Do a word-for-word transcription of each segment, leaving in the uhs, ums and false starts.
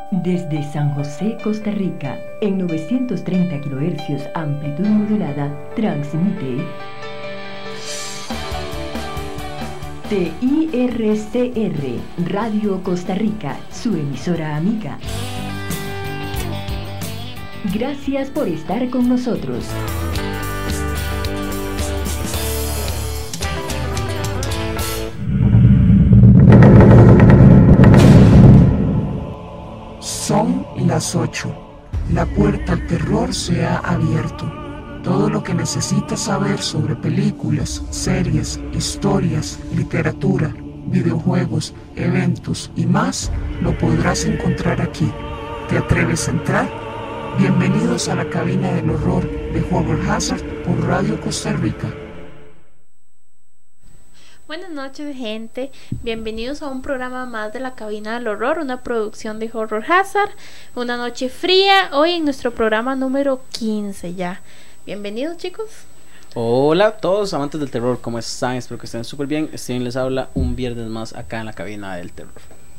Desde San José, Costa Rica, en novecientos treinta kilohercios amplitud modulada, transmite T I R C R, Radio Costa Rica, su emisora amiga. Gracias por estar con nosotros. Son las ocho. La puerta al terror se ha abierto. Todo lo que necesitas saber sobre películas, series, historias, literatura, videojuegos, eventos y más, lo podrás encontrar aquí. ¿Te atreves a entrar? Bienvenidos a la cabina del horror de Horror Hazard por Radio Costa Rica. Buenas noches, gente. Bienvenidos a un programa más de la cabina del horror, una producción de Horror Hazard. Una noche fría, hoy en nuestro programa número quince ya. Bienvenidos, chicos. Hola a todos amantes del terror, ¿cómo están? Espero que estén súper bien. Steven les habla un viernes más acá en la cabina del terror.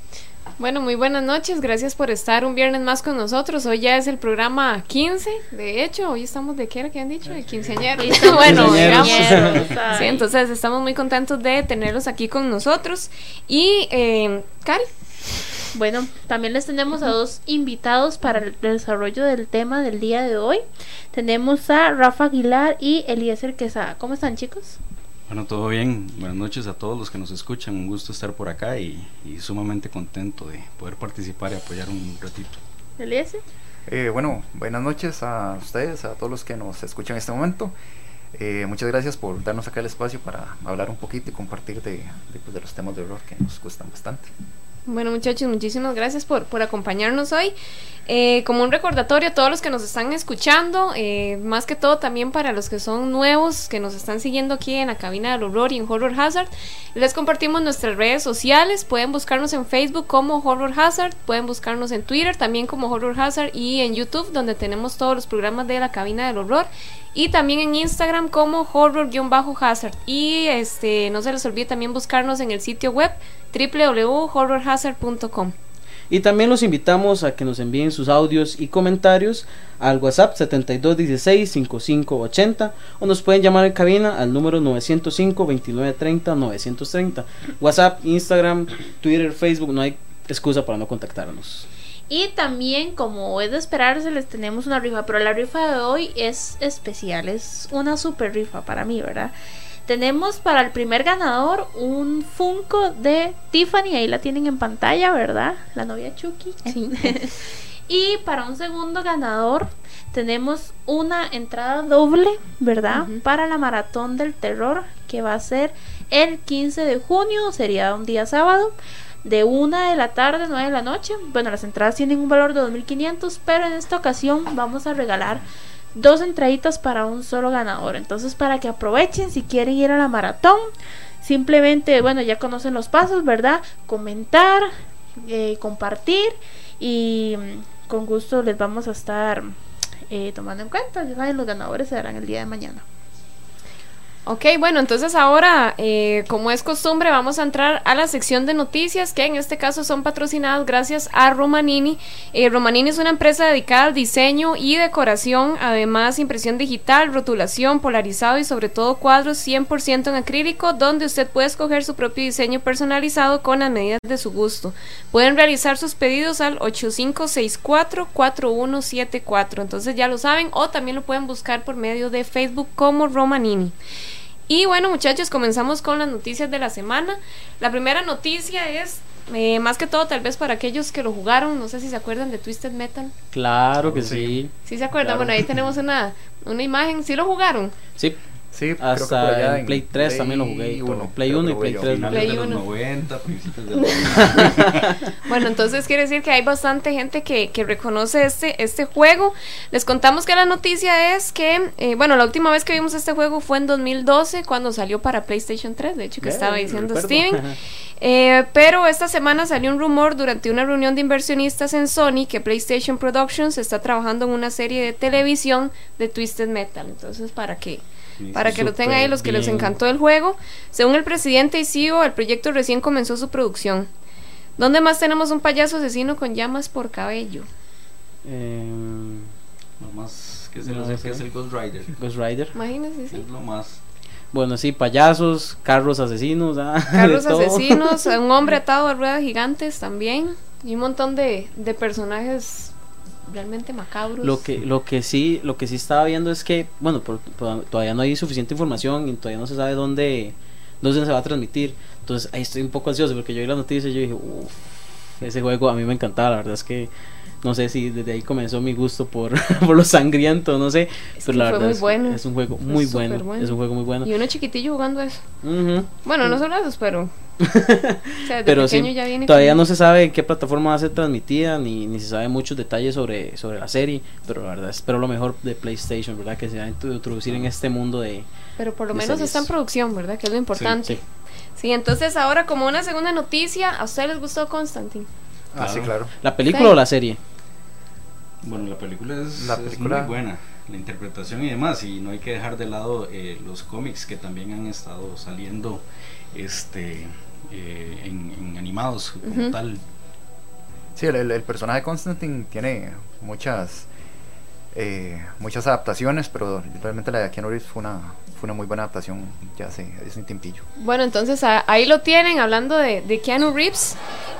Bueno, muy buenas noches, gracias por estar un viernes más con nosotros. Hoy ya es el programa quince, de hecho, hoy estamos de ¿qué era que han dicho? De quinceañeros. Bueno, digamos. Sí, entonces estamos muy contentos de tenerlos aquí con nosotros. Y, eh, Cari. Bueno, también les tenemos a dos invitados para el desarrollo del tema del día de hoy. Tenemos a Rafa Aguilar y Eliezer Quesada. ¿Cómo están, chicos? Bueno, todo bien. Buenas noches a todos los que nos escuchan. Un gusto estar por acá y, y sumamente contento de poder participar y apoyar un ratito. ¿Eliezer? Eh, bueno, buenas noches a ustedes, a todos los que nos escuchan en este momento. Eh, muchas gracias por darnos acá el espacio para hablar un poquito y compartir de, de, pues, de los temas de horror que nos gustan bastante. Bueno, muchachos, muchísimas gracias por, por acompañarnos hoy. Eh, como un recordatorio a todos los que nos están escuchando, eh, más que todo también para los que son nuevos, que nos están siguiendo aquí en la cabina del horror y en Horror Hazard, les compartimos nuestras redes sociales. Pueden buscarnos en Facebook como Horror Hazard, pueden buscarnos en Twitter también como Horror Hazard y en YouTube, donde tenemos todos los programas de la cabina del horror, y también en Instagram como Horror-Hazard. Y este no se les olvide también buscarnos en el sitio web doble u doble u doble u punto horror hazard punto com. Y también los invitamos a que nos envíen sus audios y comentarios al WhatsApp setenta y dos dieciséis cincuenta y cinco ochenta, o nos pueden llamar en cabina al número nueve cero cinco veintinueve treinta novecientos treinta. WhatsApp, Instagram, Twitter, Facebook, no hay excusa para no contactarnos. Y también, como es de esperarse, les tenemos una rifa, pero la rifa de hoy es especial, es una super rifa para mí, ¿verdad? Tenemos para el primer ganador un Funko de Tiffany, ahí la tienen en pantalla, ¿verdad? La novia Chucky. Sí. Y para un segundo ganador tenemos una entrada doble, ¿verdad? Uh-huh. Para la Maratón del Terror, que va a ser el quince de junio, sería un día sábado, de una de la tarde a nueve de la noche. Bueno, las entradas tienen un valor de dos mil quinientos, pero en esta ocasión vamos a regalar dos entraditas para un solo ganador. Entonces, para que aprovechen, si quieren ir a la maratón, simplemente, bueno, ya conocen los pasos, ¿verdad? Comentar, eh, compartir, y con gusto les vamos a estar eh, tomando en cuenta. Ya saben, los ganadores se darán el día de mañana. Ok, bueno, entonces ahora, eh, como es costumbre, vamos a entrar a la sección de noticias, que en este caso son patrocinadas gracias a Romanini. eh, Romanini es una empresa dedicada al diseño y decoración, además impresión digital, rotulación, polarizado y sobre todo cuadros cien por ciento en acrílico, donde usted puede escoger su propio diseño personalizado con las medidas de su gusto. Pueden realizar sus pedidos al ocho cinco seis cuatro cuatro uno siete cuatro, entonces ya lo saben, o también lo pueden buscar por medio de Facebook como Romanini. Y bueno, muchachos, comenzamos con las noticias de la semana. La primera noticia es, eh, más que todo tal vez para aquellos que lo jugaron, no sé si se acuerdan de Twisted Metal. Claro que sí. ¿Sí se acuerdan? Claro. Bueno, ahí tenemos una, una imagen. ¿Sí lo jugaron? Sí. Sí, hasta creo que en en Play tres Play también lo jugué. uno, Play uno y Play tres. Finales Play de los uno. noventa, principios de los Bueno, entonces quiere decir que hay bastante gente que, que reconoce este, este juego. Les contamos que la noticia es que, eh, bueno, la última vez que vimos este juego fue en dos mil doce, cuando salió para PlayStation tres, de hecho que Yeah, estaba diciendo recuerdo. Steven. Eh, pero esta semana salió un rumor durante una reunión de inversionistas en Sony que PlayStation Productions está trabajando en una serie de televisión de Twisted Metal. Entonces, para que para que lo tengan ahí los que les encantó el juego. Según el presidente y C E O, el proyecto recién comenzó su producción. ¿Dónde más tenemos un payaso asesino con llamas por cabello? Eh, Lo más que se No le hace sé. que es el Ghost Rider. Ghost Rider. Imagínense, sí. Es lo más. Bueno, sí, payasos, carros asesinos. Ah, Carros de todo. asesinos, un hombre atado a ruedas gigantes también. Y un montón de, de personajes realmente macabros. Lo que, lo que sí, lo que sí estaba viendo es que, bueno, por- por- todavía no hay suficiente información y todavía no se sabe dónde, dónde se va a transmitir. Entonces ahí estoy un poco ansioso porque yo vi la noticia y yo dije, uff, ese juego a mí me encantaba. La verdad es que no sé si desde ahí comenzó mi gusto por, por lo sangriento, no sé. Es pero que la fue verdad muy es, bueno. es un juego Fue muy súper bueno, bueno. es un juego muy bueno. Y uno chiquitillo jugando eso. Ujú. Bueno, no solo esos, pero. O sea, desde Pero pequeño sí, ya viene. todavía con- no se sabe en qué plataforma va a ser transmitida ni, ni se sabe muchos detalles sobre, sobre la serie, pero la verdad espero lo mejor de PlayStation, ¿verdad? Que se va a intu- introducir en este mundo de... Pero por lo de menos series. está en producción, ¿verdad? Que es lo importante. sí. Sí, entonces ahora como una segunda noticia, ¿a ustedes les gustó Constantine? Ah, sí, Claro. claro. ¿La película Sí. o la serie? Bueno, la película es, La es película- muy buena, la interpretación y demás, y no hay que dejar de lado eh, los cómics que también han estado saliendo este eh, en, en animados como Ujú. tal. Sí, el, el- el personaje de Constantine tiene muchas eh, muchas adaptaciones, pero realmente la de Keanu Reeves fue una, fue una muy buena adaptación ya hace, hace un tiempillo. Bueno, entonces a- ahí lo tienen, hablando de, de Keanu Reeves.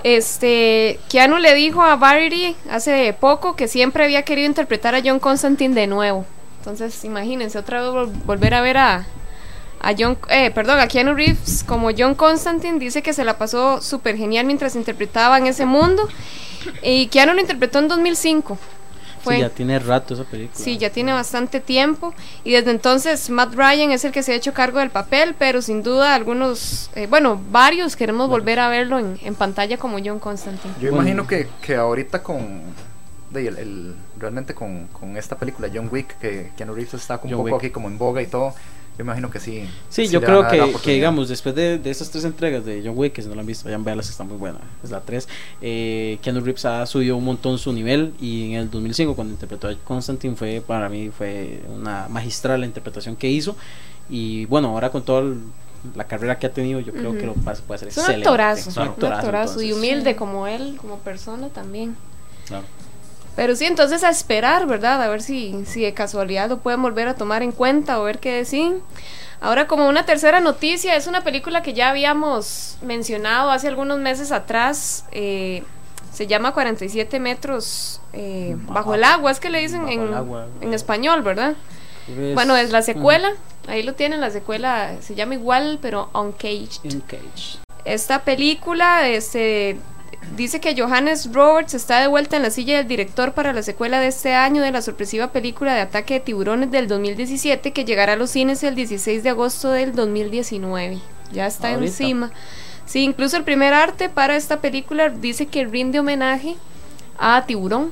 Este, Keanu le dijo a Variety hace poco que siempre había querido interpretar a John Constantine de nuevo. Entonces, imagínense, otra vez vol- volver a ver a, a John, eh, perdón, a Keanu Reeves como John Constantine. Dice que se la pasó súper genial mientras interpretaba en ese mundo. Y Keanu lo interpretó en dos mil cinco. Fue. Sí, ya tiene rato esa película. Sí, ya tiene bastante tiempo y desde entonces Matt Ryan es el que se ha hecho cargo del papel, pero sin duda algunos, eh, bueno, varios queremos volver a verlo en, en pantalla como John Constantine. Yo Bueno. imagino que, que ahorita con de, el, el- realmente con, con esta película John Wick, que Keanu Reeves está un John poco Wick. aquí como en boga y todo, yo imagino que sí. Sí, yo le creo van a dar la que, que oportunidad. digamos, después de, de esas tres entregas de John Wick, que si no la han visto, vayan a verlas, está muy buena. Es la tres. Eh, Keanu Reeves ha subido un montón su nivel y en el dos mil cinco, cuando interpretó a Constantine, fue para mí fue una magistral la interpretación que hizo. Y bueno, ahora con toda el- la carrera que ha tenido, yo creo Ujú. que lo pas- puede ser Es un excelente. actorazo, Es un actorazo y entonces. humilde como él, como persona también. Claro. Pero sí, entonces a esperar, ¿verdad? A ver si, si de casualidad lo pueden volver a tomar en cuenta o ver qué decir. Ahora, como una tercera noticia, es una película que ya habíamos mencionado hace algunos meses atrás. eh, se llama cuarenta y siete metros eh, Bajo- bajo el agua, es que le dicen bajo en, el agua, en eh. español, ¿verdad? Es- Bueno, es la secuela, ahí lo tienen, la secuela se llama igual, pero Uncaged. In Cage. Esta película este, dice que Johannes Roberts está de vuelta en la silla del director para la secuela de este año de la sorpresiva película de Ataque de Tiburones del dos mil diecisiete, que llegará a los cines el dieciséis de agosto del dos mil diecinueve. Ya está Ahorita. encima. Sí, incluso el primer arte para esta película dice que rinde homenaje a Tiburón.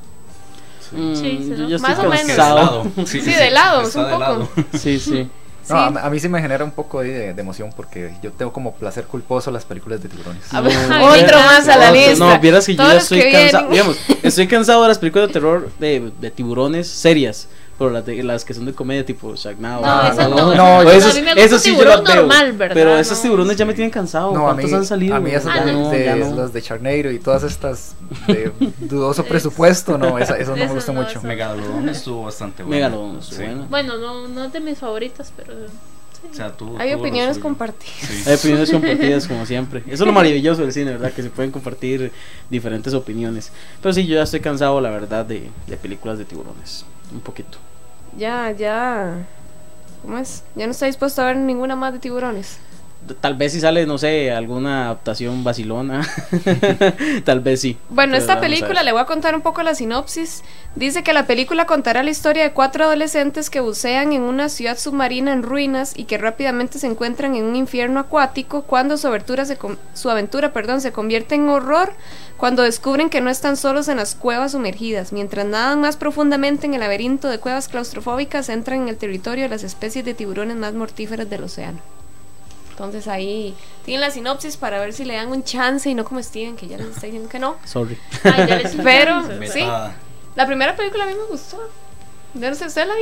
Mm, Sí, sí, yo ¿no? ya Más estoy o menos. cansado. Sí, de lado, está un de poco. lado. Sí, sí. No, Sí. a, mí- a mí sí me genera un poco de, de emoción porque yo tengo como placer culposo las películas de tiburones. A ver, No, otro vieras- más a la no, lista. No, vieras que yo Todos ya los estoy que cansado. vienen. Digamos, estoy cansado de las películas de terror de, de tiburones serias. Pero las, de, las que son de comedia tipo Sharknado. No, Ah, esas no, no. no, No, esas, a mí me gusta esas sí yo tiburón las veo. normal, ¿verdad? Pero esos No. tiburones ya me tienen cansado. No, a mí, ¿Cuántos han salido? a mí esas Ah, de, no, de- ya no. los de Sharknado y todas estas de dudoso presupuesto, no, esa, eso no me Eso gusta no, mucho. eso- Megalodon estuvo bastante bueno. Megalodon, Sí. bueno. Bueno, no, no es de mis favoritas, pero sí. O sea, tuvo- Hay tuvo lo opiniones suyo. compartidas. Sí. Hay opiniones compartidas como siempre. Eso es lo maravilloso del cine, ¿verdad? Que se pueden compartir diferentes opiniones. Pero sí, yo ya estoy cansado, la verdad, de, de películas de tiburones. Un poquito. Ya, ya. ¿Cómo es? Ya no está dispuesto a ver ninguna más de tiburones. Tal vez si sale, no sé, alguna adaptación vacilona. Tal vez sí. Bueno, Pero esta vamos a película, ver. le voy a contar un poco la sinopsis. Dice que la película contará la historia de cuatro adolescentes que bucean en una ciudad submarina en ruinas y que rápidamente se encuentran en un infierno acuático cuando su aventura se, con- su aventura, perdón, se convierte en horror cuando descubren que no están solos en las cuevas sumergidas. Mientras nadan más profundamente en el laberinto de cuevas claustrofóbicas, entran en el territorio de las especies de tiburones más mortíferas del océano. Entonces ahí tienen la sinopsis para ver si le dan un chance y no como Steven, que ya les está diciendo que no. Sorry. Ay, ya les Pero- entiendo. Sí. Vetada. La primera película a mí me gustó. Yo no sé, ¿ustedes la vieron?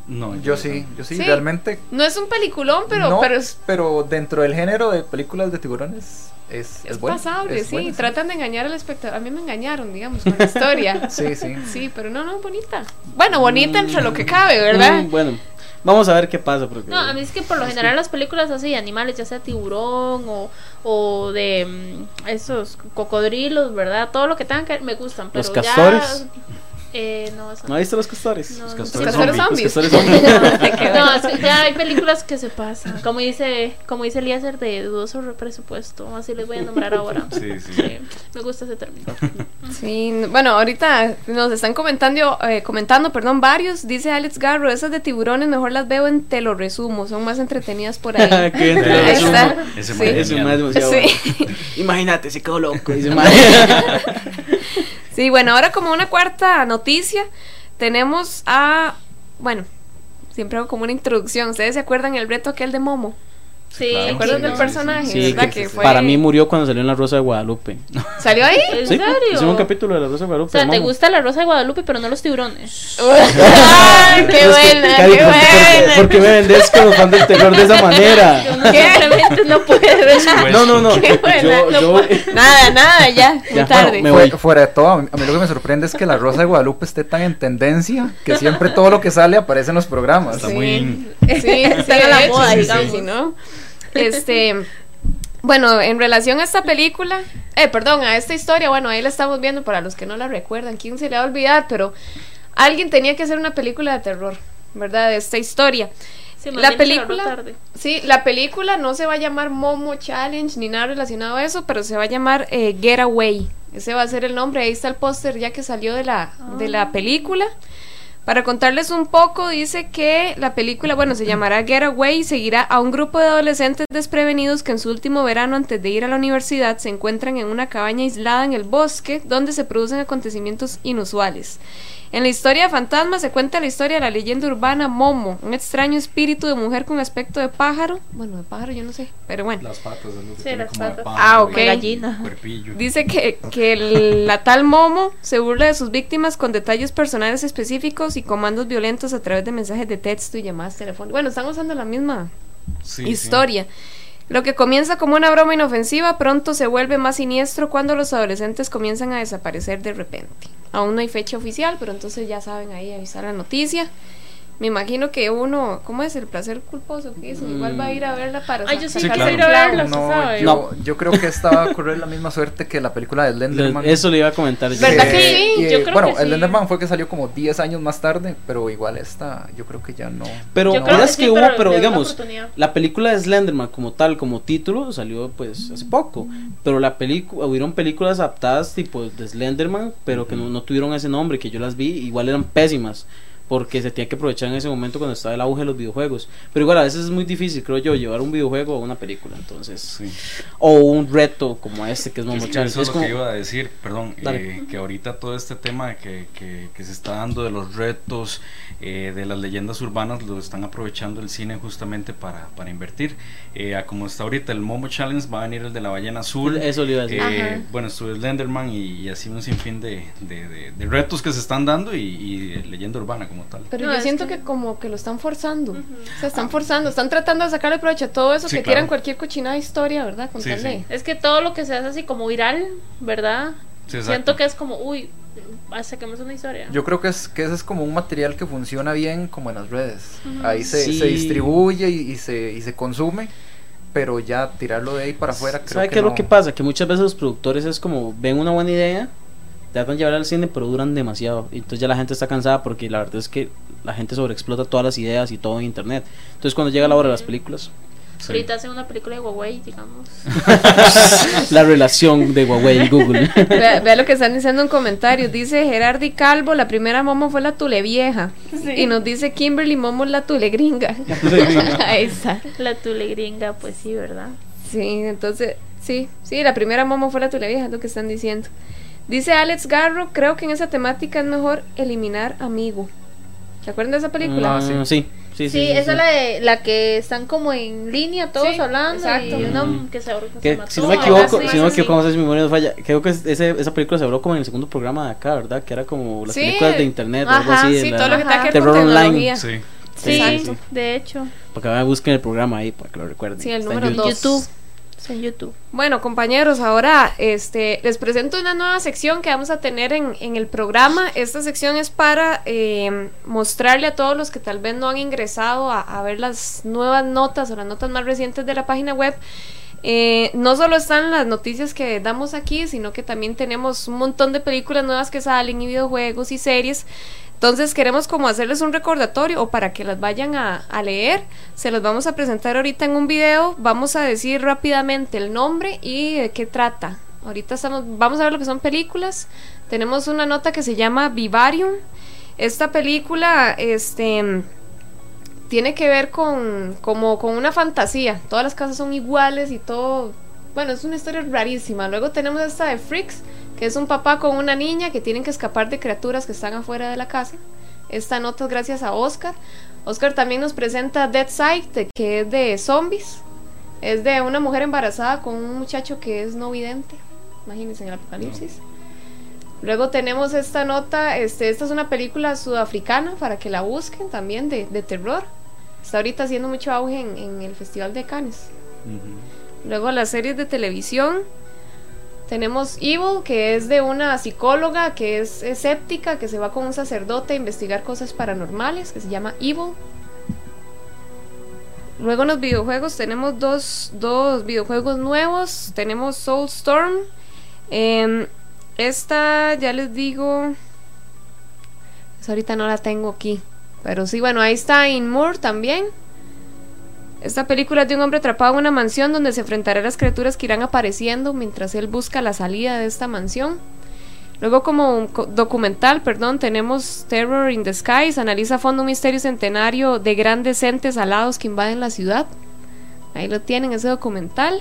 No, Yo sí, yo sí, Sí. realmente. No es un peliculón, pero, no, pero es, pero dentro del género de películas de tiburones es, es, es bueno, pasable, es sí. bueno, Tratan de engañar al espectador. A mí me engañaron, digamos, con la historia. Sí, sí. Sí, pero no, no, bonita. Bueno, bonita entre lo que cabe, ¿verdad? Mm, bueno, vamos a ver qué pasa. Porque, No, a mí es que por lo general las películas así de animales, ya sea tiburón o, o de mm, esos cocodrilos, ¿verdad? Todo lo que tengan que ver, me gustan. Pero Los castores. Ya, eh, no, eso ¿No viste los castores? No, Los no. castores Los castores zombies. zombies. Los castores zombies. No, es que ya hay películas que se pasan. Como dice, como dice Eliezer, de dudoso presupuesto. Así les voy a nombrar ahora. Sí, sí. Sí, me gusta ese término. Sí, bueno, ahorita nos están comentando, eh, comentando, perdón, varios. Dice Alex Garro, esas de tiburones mejor las veo en Te lo resumo, son más entretenidas por ahí. Qué bien, te lo Ahí resumo. está. Ese Sí. man es Eso genial. más es demasiado Sí. bueno. Imagínate, se quedó loco. Dice, "Mae". Sí, bueno, ahora como una cuarta noticia, tenemos a, bueno, siempre hago como una introducción. ¿Ustedes se acuerdan el reto aquel de Momo? Sí, Claro. ¿Se acuerdan Sí, del sí, personaje? Sí, ¿Verdad? que Que fue... para mí murió cuando salió en La Rosa de Guadalupe. ¿Salió ahí? ¿En Sí, serio? hicimos un capítulo de La Rosa de O Guadalupe. sea, te Momo. gusta la Rosa de Guadalupe, pero no los tiburones. ¡Ay, qué Es que, buena, Cari, qué ¿por qué- buena! ¿Por qué me vendes con los fans del terror de esa manera? Uno simplemente no puede ver. No, no, no. Qué buena. Yo, yo, Nada, nada, ya, muy Ya, tarde. me Fue- voy. fuera de todo, a mí, a mí lo que me sorprende es que la Rosa de Guadalupe esté tan en tendencia que siempre todo lo que sale aparece en los programas. Está Sí. muy in. Sí, está a la de hecho, moda, sí, digamos. sí, ¿no? Este, bueno, en relación a esta película, eh, perdón, a esta historia, bueno, ahí la estamos viendo para los que no la recuerdan, quién se le va a olvidar, pero alguien tenía que hacer una película de terror, ¿verdad? De esta historia. Sí, más La bien se agarró película, tarde. sí, la película no se va a llamar Momo Challenge ni nada relacionado a eso, pero se va a llamar eh, Get Away. Ese va a ser el nombre. Ahí está el póster ya que salió de la, de la película. Para contarles un poco, dice que la película, bueno, se llamará Get Away y seguirá a un grupo de adolescentes desprevenidos que en su último verano antes de ir a la universidad se encuentran en una cabaña aislada en el bosque donde se producen acontecimientos inusuales. En la historia de Fantasma se cuenta la historia de la leyenda urbana Momo, un extraño espíritu de mujer con aspecto de pájaro. Bueno, de pájaro yo no sé, pero bueno. Las patas, es lo que Sí, tiene las como de patas. pájaro Ah, ok. y Gallina. cuerpillo. Dice que, que el- la tal Momo se burla de sus víctimas con detalles personales específicos y comandos violentos a través de mensajes de texto y llamadas telefónicas. Bueno, están usando la misma Sí, historia. Lo que comienza como una broma inofensiva pronto se vuelve más siniestro cuando los adolescentes comienzan a desaparecer de repente. Aún no hay fecha oficial, pero entonces ya saben ahí avisar la noticia. Me imagino que uno, ¿cómo es el placer culposo? ¿Qué dicen? Igual va a ir a verla para Ay, yo sí Sí, quiero claro. ir a verla, se No, sabe. yo, No. yo creo que esta va a correr la misma suerte que la película de Slenderman. Eso le iba a comentar yo. ¿Verdad que Eh, sí? y, Yo creo bueno, que sí. Slenderman fue que salió como diez años más tarde, pero igual esta, yo creo que ya no. Pero Yo creo verás que que, sí, hubo, pero pero le doy una digamos, oportunidad. la película de Slenderman como tal, como título, salió pues hace poco. Pero la película, hubieron películas adaptadas tipo de Slenderman, pero que no, no tuvieron ese nombre, que yo las vi, igual eran pésimas. Porque se tenía que aprovechar en ese momento cuando estaba el auge de los videojuegos. Pero igual a veces es muy difícil, creo yo, llevar un videojuego a una película. Entonces, Sí. o un reto como este que es Momo Es que Challenge. eso es Es lo como, que iba a decir, perdón, Dale. eh, que ahorita todo este tema que, que, que se está dando de los retos, eh, de las leyendas urbanas, lo están aprovechando el cine justamente para, para invertir. Eh, a como está ahorita el Momo Challenge, va a venir el de la ballena azul. Eso le iba a decir. Eh, Ajá. bueno, estuvo Slenderman y, y así un sinfín de, de, de, de retos que se están dando y, y leyenda urbana como tal. Pero No, yo es siento que- que como que lo están forzando. O sea, están forzando, están tratando de sacarle provecho a todo eso, Sí, que claro. tiran cualquier cochinada de historia, ¿verdad? Con Sí, tal sí. de- Es que todo lo que se hace así como viral, ¿verdad? Sí, exacto. Siento que es como, uy, saquemos una historia. Yo creo que es que ese es como un material que funciona bien como en las redes. Ahí se, Sí. se distribuye y, y se, y se consume, pero ya tirarlo de ahí para afuera creo ¿Sabe que qué es no. lo que pasa? Que muchas veces los productores es como ven una buena idea, tratan de llevarla al cine, pero duran demasiado. Y entonces ya la gente está cansada porque la verdad es que la gente sobreexplota todas las ideas y todo en internet. Entonces cuando llega la hora de las películas, Sí. Ahorita hacen una película de Huawei, digamos. la relación de Huawei y Google. Vea, vea lo que están diciendo en comentarios. Dice Gerardi Calvo, la primera Momo fue la Tule Vieja. Y nos dice Kimberly Momo la Tule Gringa. Ahí está. La tule gringa, pues sí, ¿verdad? Sí, entonces, sí, sí, la primera Momo fue la Tule Vieja, es lo que están diciendo. Dice Alex Garro, creo que en esa temática es mejor eliminar amigo. ¿Se acuerdan de esa película? Ah, sí. Mm, sí, sí, sí, Sí, sí, esa sí. es la de la que están como en línea todos Sí, hablando exacto. y una Mm. que se, que se Que, mató. si no me algo equivoco, así, si no me sí. equivoco, no sé si mi memoria no falla, creo que es- ese, esa película se habló como en el segundo programa de acá, ¿verdad? Que era como las Sí. películas de internet o algo Ajá, así. de sí, la- todo lo que tenga que ver Terror con online. tecnología. Sí. Sí, Exacto. de hecho. Para que busquen el programa ahí, para que lo recuerden. Sí, el Está en número YouTube. dos. YouTube. Está en YouTube. Bueno, compañeros, ahora este, les presento una nueva sección que vamos a tener en, en el programa. Esta sección es para eh, mostrarle a todos los que tal vez no han ingresado a, a ver las nuevas notas o las notas más recientes de la página web. Eh, no solo están las noticias que damos aquí, sino que también tenemos un montón de películas nuevas que salen y videojuegos y series. Entonces queremos como hacerles un recordatorio o para que las vayan a, a leer. Se los vamos a presentar ahorita en un video. Vamos a decir rápidamente el nombre y de qué trata. Ahorita estamos, vamos a ver lo que son películas. Tenemos una nota que se llama Vivarium. Esta película este, tiene que ver con, como, con una fantasía. Todas las casas son iguales y todo. Bueno, es una historia rarísima. Luego tenemos esta de Freaks, que es un papá con una niña que tienen que escapar de criaturas que están afuera de la casa. Esta nota es gracias a Oscar. Oscar también nos presenta Dead Side, que es de zombies. Es de una mujer embarazada con un muchacho que es no vidente. Imagínense en el apocalipsis. Luego tenemos esta nota, este, esta es una película sudafricana para que la busquen también, de, de terror. Está ahorita haciendo mucho auge en, en el Festival de Cannes. Uh-huh. Luego las series de televisión. Tenemos Evil, que es de una psicóloga que es escéptica, que se va con un sacerdote a investigar cosas paranormales, que se llama Evil. Luego en los videojuegos tenemos dos, dos videojuegos nuevos. Tenemos Soulstorm. Eh, esta, ya les digo, pues ahorita no la tengo aquí, pero sí, bueno, ahí está Inmure también. Esta película es de un hombre atrapado en una mansión donde se enfrentará a las criaturas que irán apareciendo mientras él busca la salida de esta mansión. Luego como un documental, perdón, tenemos Terror in the Skies, analiza a fondo un misterio centenario de grandes entes alados que invaden la ciudad. Ahí lo tienen, ese documental.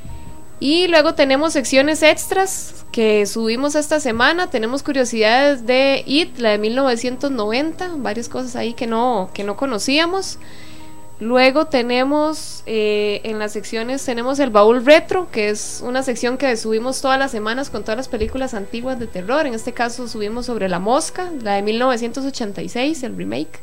Y luego tenemos secciones extras que subimos esta semana. Tenemos curiosidades de It, la de mil novecientos noventa, varias cosas ahí que no, que no conocíamos. Luego tenemos eh, en las secciones tenemos el baúl retro, que es una sección que subimos todas las semanas con todas las películas antiguas de terror. En este caso subimos sobre La Mosca, la de mil novecientos ochenta y seis, el remake.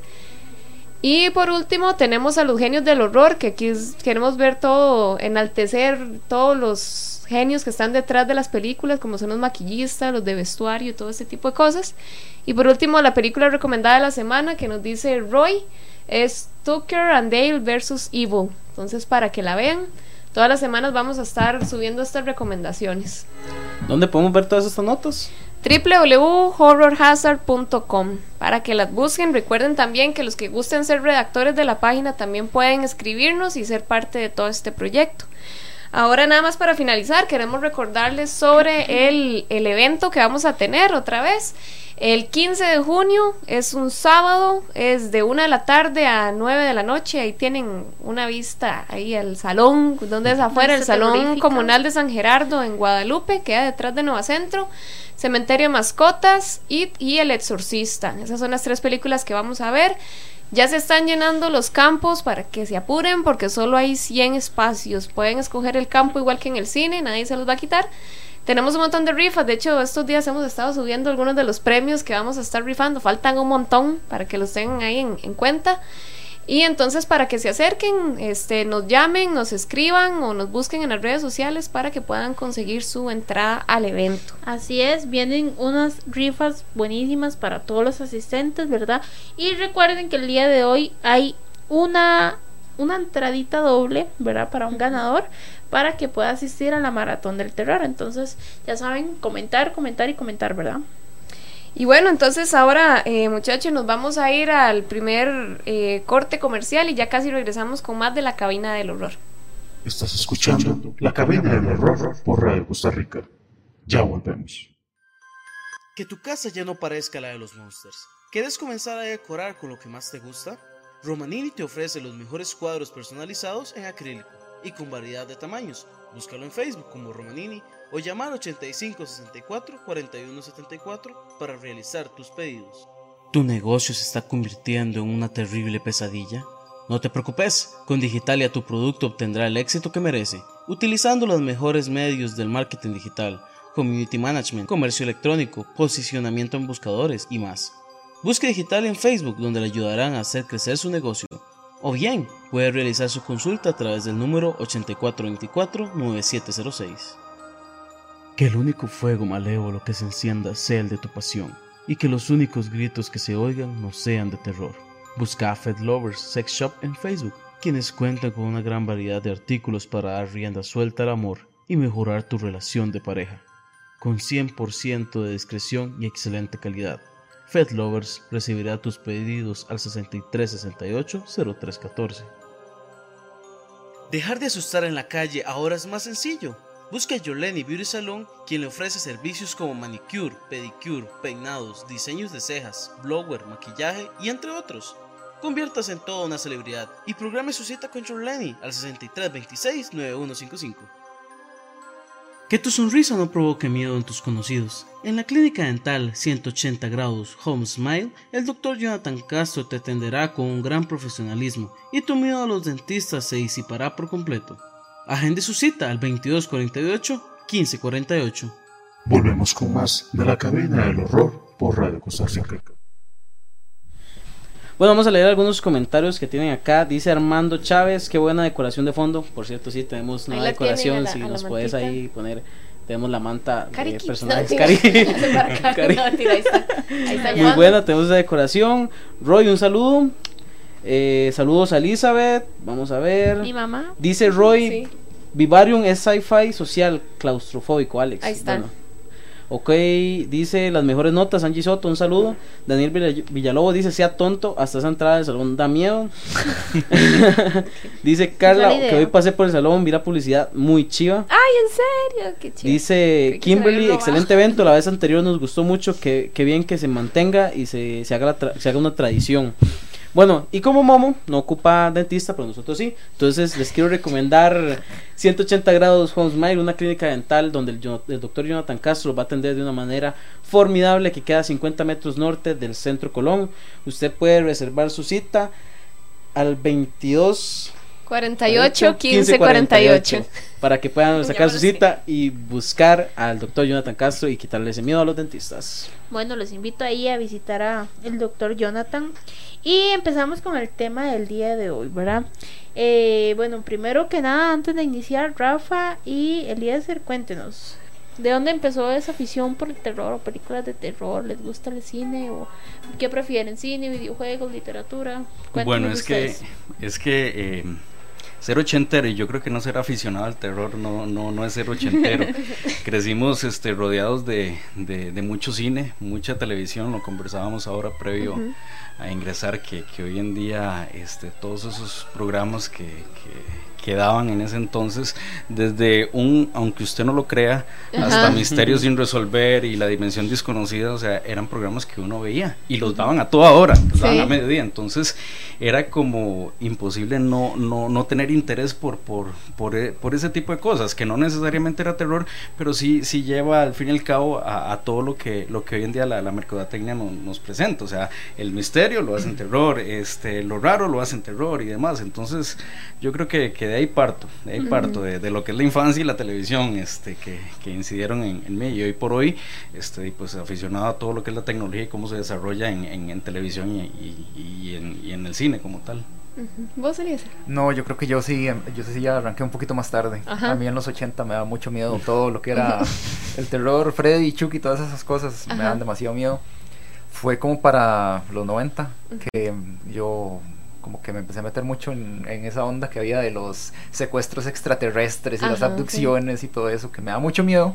Y por último tenemos a los genios del horror, que aquí es, queremos ver todo, enaltecer todos los genios que están detrás de las películas, como son los maquillistas, los de vestuario y todo ese tipo de cosas. Y por último la película recomendada de la semana, que nos dice Roy, es Tucker and Dale versus Evil. Entonces para que la vean, todas las semanas vamos a estar subiendo estas recomendaciones. ¿Dónde podemos ver todas estas notas? doble u doble u doble u punto horror hazard punto com, para que las busquen. Recuerden también que los que gusten ser redactores de la página también pueden escribirnos y ser parte de todo este proyecto. Ahora nada más para finalizar, queremos recordarles sobre el, el evento que vamos a tener otra vez. El quince de junio es un sábado, es de una de la tarde a nueve de la noche. Ahí tienen una vista ahí al salón, donde es afuera, el Salón Comunal de San Gerardo en Guadalupe, queda detrás de Nueva Centro. Cementerio de Mascotas, It y El Exorcista. Esas son las tres películas que vamos a ver. Ya se están llenando los campos para que se apuren, porque solo hay cien espacios. Pueden escoger el campo igual que en el cine, nadie se los va a quitar. Tenemos un montón de rifas. De hecho, estos días hemos estado subiendo algunos de los premios que vamos a estar rifando. Faltan un montón para que los tengan ahí en, en cuenta. Y entonces para que se acerquen, este, nos llamen, nos escriban o nos busquen en las redes sociales para que puedan conseguir su entrada al evento. Así es, vienen unas rifas buenísimas para todos los asistentes, ¿verdad? Y recuerden que el día de hoy hay una, una entradita doble, ¿verdad? Para un ganador, para que pueda asistir a la Maratón del Terror. Entonces, ya saben, comentar, comentar y comentar, ¿verdad? Y bueno, entonces ahora, eh, muchachos, nos vamos a ir al primer eh, corte comercial y ya casi regresamos con más de La Cabina del Horror. Estás escuchando La Cabina del Horror por Radio Costa Rica. Ya volvemos. Que tu casa ya no parezca la de los monsters. ¿Quieres comenzar a decorar con lo que más te gusta? Romanini te ofrece los mejores cuadros personalizados en acrílico y con variedad de tamaños. Búscalo en Facebook como Romanini o llama al ochenta y cinco sesenta y cuatro cuarenta y uno setenta y cuatro para realizar tus pedidos. ¿Tu negocio se está convirtiendo en una terrible pesadilla? No te preocupes, con Digitalia tu producto obtendrá el éxito que merece, utilizando los mejores medios del marketing digital, community management, comercio electrónico, posicionamiento en buscadores y más. Busque Digital en Facebook, donde le ayudarán a hacer crecer su negocio. O bien, puede realizar su consulta a través del número ochenta y cuatro veinticuatro, noventa y siete cero seis. Que el único fuego malévolo que se encienda sea el de tu pasión, y que los únicos gritos que se oigan no sean de terror. Busca a Fed Lovers Sex Shop en Facebook, quienes cuentan con una gran variedad de artículos para dar rienda suelta al amor y mejorar tu relación de pareja. Con cien por ciento de discreción y excelente calidad, Fed Lovers recibirá tus pedidos al sesenta y tres sesenta y ocho, cero tres catorce. Dejar de asustar en la calle ahora es más sencillo. Busca a Yoleni Beauty Salon, quien le ofrece servicios como manicure, pedicure, peinados, diseños de cejas, blower, maquillaje y entre otros. Conviértase en toda una celebridad y programe su cita con Yoleni al sesenta y tres veintiséis, noventa y uno cincuenta y cinco. Que tu sonrisa no provoque miedo en tus conocidos. En la clínica dental ciento ochenta grados Home Smile, el doctor Jonathan Castro te atenderá con un gran profesionalismo y tu miedo a los dentistas se disipará por completo. Agende su cita al veintidós cuarenta y ocho, quince cuarenta y ocho. Volvemos con más de la cabina del horror por Radio Costa Rica. Bueno, vamos a leer algunos comentarios que tienen acá. Dice Armando Chávez, qué buena decoración de fondo. Por cierto, sí, tenemos nueva decoración. La, si nos puedes ahí poner, tenemos la manta de personajes. No, Cari. Cari. No, tira, ahí está. Ahí está. Muy buena, tenemos esa decoración. Roy, un saludo. Eh, saludos a Elizabeth. Vamos a ver. Mi mamá. Dice Roy, sí. Vivarium es sci-fi social claustrofóbico, Alex. Ahí está. Bueno. Ok, dice las mejores notas, Angie Soto, un saludo. Daniel Villalobos dice, sea tonto, hasta esa entrada del salón da miedo. Dice Carla, que hoy pasé por el salón, vi la publicidad muy chiva. Ay, en serio, qué chiva. Dice Kimberly, excelente evento, la vez anterior nos gustó mucho, que, que bien que se mantenga y se, se, haga la tra- se haga una tradición. Bueno, y como Momo no ocupa dentista, pero nosotros sí, entonces les quiero recomendar ciento ochenta grados Home Smile, una clínica dental donde el, el doctor Jonathan Castro va a atender de una manera formidable, que queda a cincuenta metros norte del centro Colón. Usted puede reservar su cita al veintidós cuarenta y ocho, quince cuarenta y ocho para que puedan sacar su cita y buscar al doctor Jonathan Castro y quitarle ese miedo a los dentistas. Bueno, los invito ahí a visitar a el doctor Jonathan y empezamos con el tema del día de hoy, ¿verdad? Eh, bueno, primero que nada, antes de iniciar, Rafa y Eliezer, cuéntenos, ¿de dónde empezó esa afición por el terror o películas de terror? ¿Les gusta el cine o qué prefieren? ¿Cine, videojuegos, literatura? Cuéntenos. Bueno, es ustedes. que es que eh, ser ochentero, y yo creo que no ser aficionado al terror no no no es ser ochentero. Crecimos este rodeados de, de, de mucho cine, mucha televisión, lo conversábamos ahora previo uh-huh. a ingresar, que, que hoy en día este todos esos programas que, que que daban en ese entonces, desde un, aunque usted no lo crea, ajá, hasta Misterios sin resolver y La dimensión desconocida, o sea, eran programas que uno veía y los daban a toda hora, los daban sí. a mediodía, entonces era como imposible no no no tener interés por por por, por ese tipo de cosas, que no necesariamente era terror, pero sí sí lleva al fin y al cabo a, a todo lo que lo que hoy en día la, la mercadotecnia no, nos presenta, o sea, el misterio lo hacen terror, este lo raro lo hacen terror y demás, entonces yo creo que, que de ahí parto, de ahí parto, de, de lo que es la infancia y la televisión, este, que, que incidieron en, en mí, y hoy por hoy, este, pues aficionado a todo lo que es la tecnología y cómo se desarrolla en, en, en televisión y, y, y, en, y en el cine como tal. Uh-huh. ¿Vos, Eliezer? No, yo creo que yo sí, yo sí ya arranqué un poquito más tarde. Ajá. A mí en los ochenta me daba mucho miedo todo lo que era el terror, Freddy, Chucky, todas esas cosas, ajá, me daban demasiado miedo. Fue como para los noventa que yo como que me empecé a meter mucho en, en esa onda que había de los secuestros extraterrestres y ajá, las abducciones sí. y todo eso, que me da mucho miedo,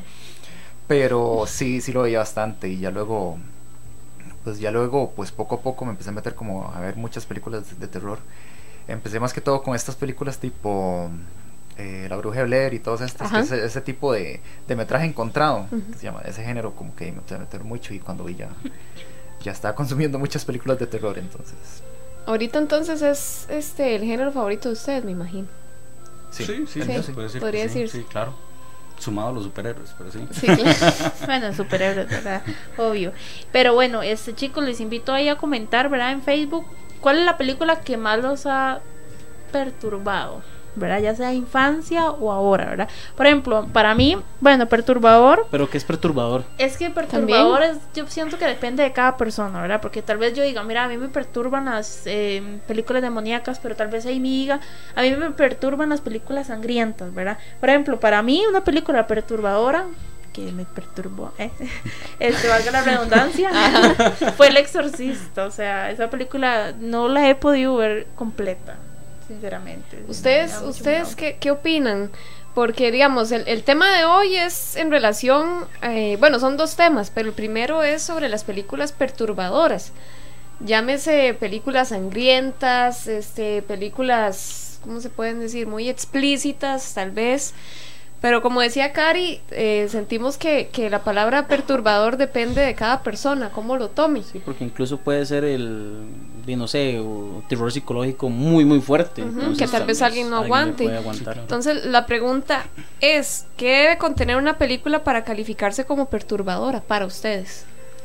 pero sí, sí lo veía bastante, y ya luego, pues ya luego, pues poco a poco me empecé a meter como a ver muchas películas de, de terror. Empecé más que todo con estas películas tipo eh, La Bruja de Blair y todas estas, que ese, ese tipo de, de metraje encontrado, uh-huh, que se llama, ese género, como que me empecé a meter mucho, y cuando vi ya, ya estaba consumiendo muchas películas de terror, entonces... Ahorita entonces es este el género favorito de ustedes, me imagino. Sí, sí, sí, sí. sí. Puede decir podría sí, decirse. Sí, claro. Sumado a los superhéroes, pero sí. Sí, claro. Bueno, superhéroes, ¿verdad? Obvio. Pero bueno, este chicos, les invito ahí a comentar, ¿verdad? En Facebook, ¿cuál es la película que más los ha perturbado? ¿verdad? Ya sea infancia o ahora, ¿verdad? Por ejemplo, para mí, bueno, perturbador. ¿Pero qué es perturbador? Es que perturbador es, yo siento que depende de cada persona, ¿verdad? Porque tal vez yo diga, mira, a mí me perturban las eh, películas demoníacas, pero tal vez ahí mi diga, a mí me perturban las películas sangrientas, ¿verdad? Por ejemplo, para mí una película perturbadora que me perturbó, ¿eh? este, valga la redundancia, fue El Exorcista. O sea, esa película no la he podido ver completa, sinceramente. ¿Ustedes, ustedes qué, qué opinan? Porque, digamos, el, el tema de hoy es en relación, eh, bueno, son dos temas, pero el primero es sobre las películas perturbadoras. Llámese películas sangrientas, este, películas, ¿cómo se pueden decir? Muy explícitas, tal vez. Pero como decía Cari, eh, sentimos que, que la palabra perturbador depende de cada persona, cómo lo tome. Sí, porque incluso puede ser el, no sé, o terror psicológico muy, muy fuerte. Uh-huh, entonces, que tal vez alguien no aguante. Alguien entonces, la pregunta es, ¿qué debe contener una película para calificarse como perturbadora para ustedes?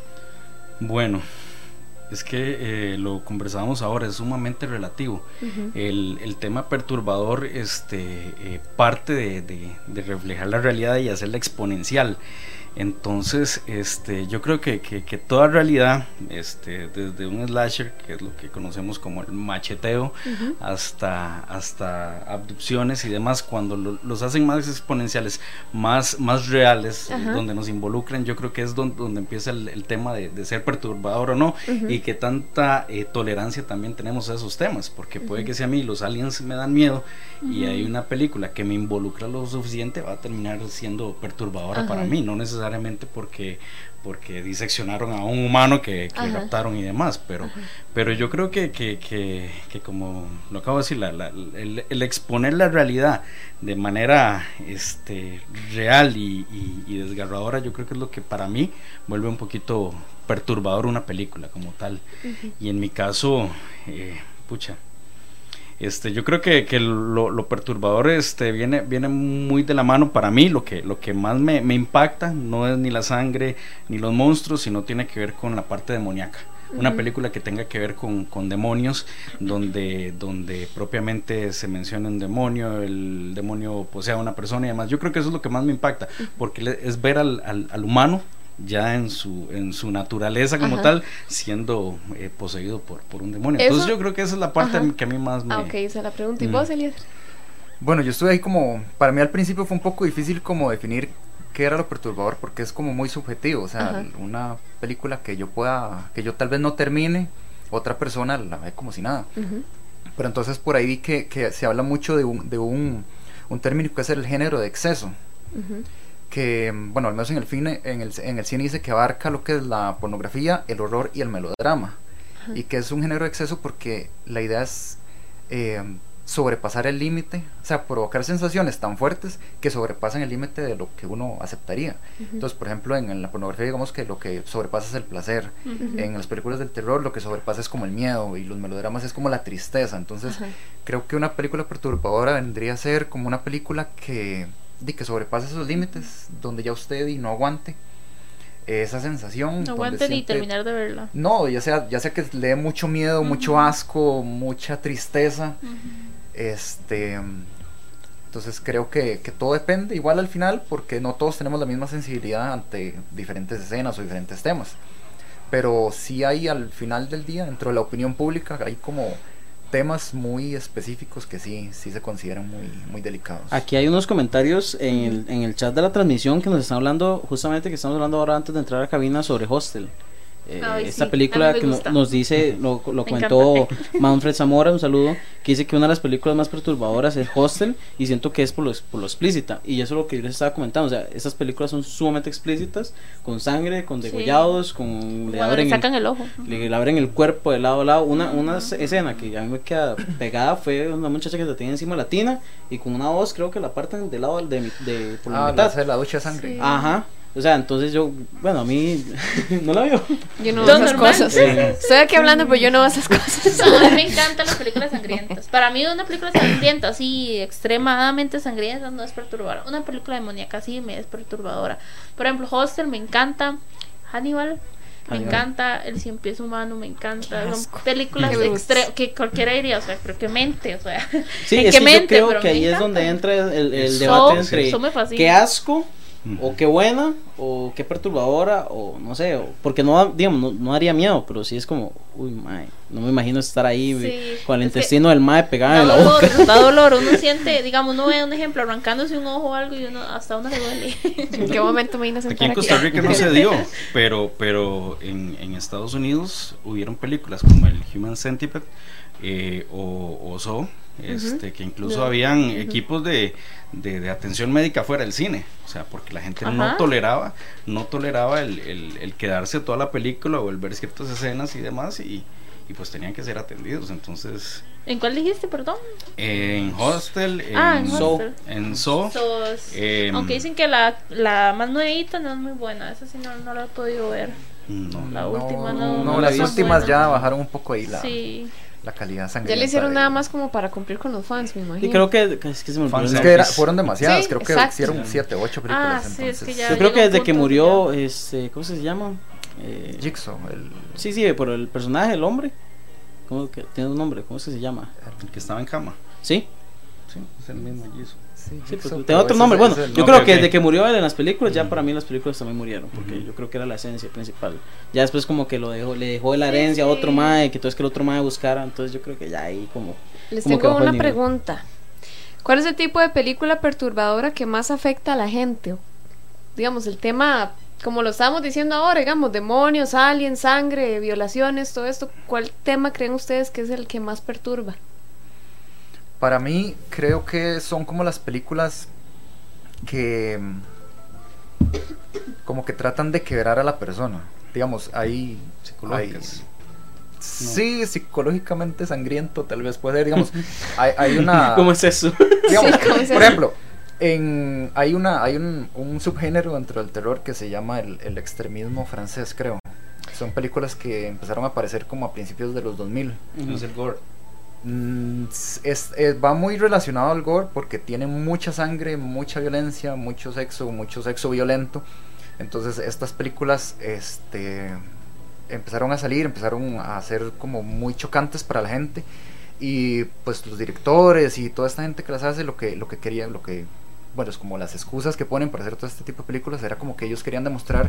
Bueno, es que eh, lo conversábamos ahora, es sumamente relativo. Uh-huh. el, el tema perturbador este, eh, parte de, de, de reflejar la realidad y hacerla exponencial. Entonces, este, yo creo que, que, que toda realidad, este, desde un slasher, que es lo que conocemos como el macheteo, uh-huh, hasta, hasta abducciones y demás, cuando lo, los hacen más exponenciales, más, más reales, uh-huh, donde nos involucran, yo creo que es donde, donde empieza el, el tema de, de ser perturbador o no, uh-huh, y que tanta eh, tolerancia también tenemos a esos temas, porque puede uh-huh, que si a mí los aliens me dan miedo, uh-huh, y hay una película que me involucra lo suficiente, va a terminar siendo perturbadora, uh-huh, para mí, no necesariamente porque porque diseccionaron a un humano que, que raptaron y demás, pero Ajá. pero yo creo que, que, que, que como lo acabo de decir, la, la, el, el exponer la realidad de manera este real y, y, y desgarradora, yo creo que es lo que para mí vuelve un poquito perturbador una película como tal. Uh-huh. Y en mi caso, eh, pucha, Este, yo creo que, que lo, lo perturbador este, viene, viene muy de la mano para mí. Lo que, lo que más me, me impacta no es ni la sangre ni los monstruos, sino tiene que ver con la parte demoníaca. Uh-huh. Una película que tenga que ver con, con demonios, donde, donde propiamente se menciona un demonio, el demonio posee a una persona y demás. Yo creo que eso es lo que más me impacta, porque es ver al, al, al humano ya en su en su naturaleza como, ajá, tal, siendo eh, poseído por, por un demonio. Eso, entonces yo creo que esa es la parte, ajá, que a mí más me... Ah, ok, esa es la pregunta. ¿Y mm. vos, Elías? Bueno, yo estuve ahí como... Para mí al principio fue un poco difícil como definir qué era lo perturbador, porque es como muy subjetivo. O sea, ajá, una película que yo pueda... que yo tal vez no termine, otra persona la ve como si nada. Uh-huh. Pero entonces por ahí vi que, que se habla mucho de un, de un, un término que es el género de exceso. Uh-huh. Que, bueno, al menos en el cine, en el, en el cine dice que abarca lo que es la pornografía, el horror y el melodrama. Ajá. Y que es un género de exceso porque la idea es eh, sobrepasar el límite, o sea, provocar sensaciones tan fuertes que sobrepasan el límite de lo que uno aceptaría. Uh-huh. Entonces, por ejemplo, en, en la pornografía digamos que lo que sobrepasa es el placer. Uh-huh. En las películas del terror lo que sobrepasa es como el miedo, y los melodramas es como la tristeza. Entonces, uh-huh, creo que una película perturbadora vendría a ser como una película que... de que sobrepase esos límites, donde ya usted y no aguante esa sensación, no aguante ni terminar de verla, no, ya sea ya sea que le dé mucho miedo, uh-huh, mucho asco, mucha tristeza, uh-huh, este entonces creo que, que todo depende igual al final, porque no todos tenemos la misma sensibilidad ante diferentes escenas o diferentes temas, pero sí hay al final del día, dentro de la opinión pública, hay como temas muy específicos que sí, sí se consideran muy, muy delicados. Aquí hay unos comentarios en el, en el chat de la transmisión que nos están hablando, justamente que estamos hablando ahora antes de entrar a la cabina, sobre Hostel. Eh, Ay, esta sí, película que no, nos dice, lo, lo comentó Manfred Zamora, un saludo, que dice que una de las películas más perturbadoras es Hostel, y siento que es por lo, por lo explícita, y eso es lo que yo les estaba comentando. O sea, estas películas son sumamente explícitas, con sangre, con degollados, sí, con le, abren le sacan el, el ojo, le, le abren el cuerpo de lado a lado. Una, uh-huh, una escena que a mí me queda pegada fue una muchacha que se tenía encima la tina, y con una voz creo que la parten del lado de, de, de por la ah, mitad. La, la ducha de sangre. Sí. Ajá. O sea, entonces yo, bueno, a mí no la veo. Yo no veo esas cosas. Sí. Estoy aquí hablando, pero yo no veo esas cosas. A mí me encantan las películas sangrientas. Para mí una película sangrienta, así, extremadamente sangrienta, no es perturbadora. Una película demoníaca sí me es perturbadora. Por ejemplo, Hostel me encanta. Hannibal Me Ay, encanta El Cien Pies Humano, me encanta. Qué Son asco. películas Qué extre que cualquiera diría, o sea, pero qué mente, o sea. Sí, ¿en es qué que mente? yo creo Pero que me ahí es encanta. donde entra el, el Eso- debate entre eso me fascina. qué asco Ujú. o qué buena o qué perturbadora o no sé, o- porque no, digamos, no, no haría miedo, pero sí es como, uy, mae, no me imagino estar ahí Sí, ve, con el es que intestino del mae pegado Da en la dolor, boca. da dolor, uno siente, digamos, uno ve un ejemplo arrancándose un ojo o algo y uno hasta uno le duele. ¿En qué momento me vine a sentar Aquí en aquí? Costa Rica no se dio, pero, pero en, en Estados Unidos hubieron películas como el Human Centipede eh, o, o Saw, este, que incluso No. habían Ujú. equipos de, de, de atención médica fuera del cine, o sea, porque la gente no Ajá. toleraba, no toleraba el, el, el quedarse toda la película o el ver ciertas escenas y demás, y, y pues tenían que ser atendidos. Entonces, ¿En cuál dijiste, perdón? en Hostel, en Ah, en Saw, Hostel. en Saw, Sos- em, Aunque dicen que la, la más nuevita no es muy buena, esa sí no, no la he podido ver. no, La No, última no- no, no la las he visto. últimas Buena. ya bajaron un poco ahí la, Sí. la calidad Ya sangrienta. le hicieron de- nada más como para cumplir con los fans, me imagino. Y creo que, que es que se me olvidó el Fans Es de- que nombre. era- fueron demasiadas, Sí, creo que exacto. hicieron siete, ocho películas. Ah, sí, es entonces, que ya- Yo creo que llega un desde que punto murió, este, ¿cómo se llama? Eh, Jigsaw, el, sí, sí, por el personaje, el hombre. ¿Cómo que tiene un nombre? ¿Cómo es que se llama? el que estaba en cama, Sí, sí, es el mismo Jisoo. sí, sí, Jigsaw, porque pero tiene otro ese nombre. es- Bueno, es el- yo Ok, creo que ok. desde que murió él en las películas, ya Ujú. para mí las películas también murieron, porque Ujú. yo creo que era la esencia principal. Ya después como que lo dejó, le dejó la Sí, herencia a otro sí. mae, que entonces que el otro mae buscara, entonces yo creo que ya ahí como... Les como que tengo bajó el una nivel. pregunta. ¿Cuál es el tipo de película perturbadora que más afecta a la gente? Digamos, el tema, como lo estábamos diciendo ahora, digamos, demonios, aliens, sangre, violaciones, todo esto. ¿Cuál tema creen ustedes que es el que más perturba? Para mí, creo que son como las películas que mm, como que tratan de quebrar a la persona. Digamos, ahí Psicológicas. sí, psicológicamente sangriento, tal vez puede ser, digamos, hay, hay una ¿Cómo es eso? digamos, Sí, ¿cómo se por llama? ejemplo, en, hay una hay un, un subgénero dentro del terror que se llama el, el extremismo francés, creo. Son películas que empezaron a aparecer como a principios de los dos mil. Es el gore. Mm, es, es- va muy relacionado al gore porque tiene mucha sangre, mucha violencia, mucho sexo, mucho sexo violento. Entonces estas películas este, empezaron a salir, empezaron a ser como muy chocantes para la gente. Y pues los directores y toda esta gente que las hace, lo que, lo que querían, lo que, bueno, es como las excusas que ponen para hacer todo este tipo de películas, era como que ellos querían demostrar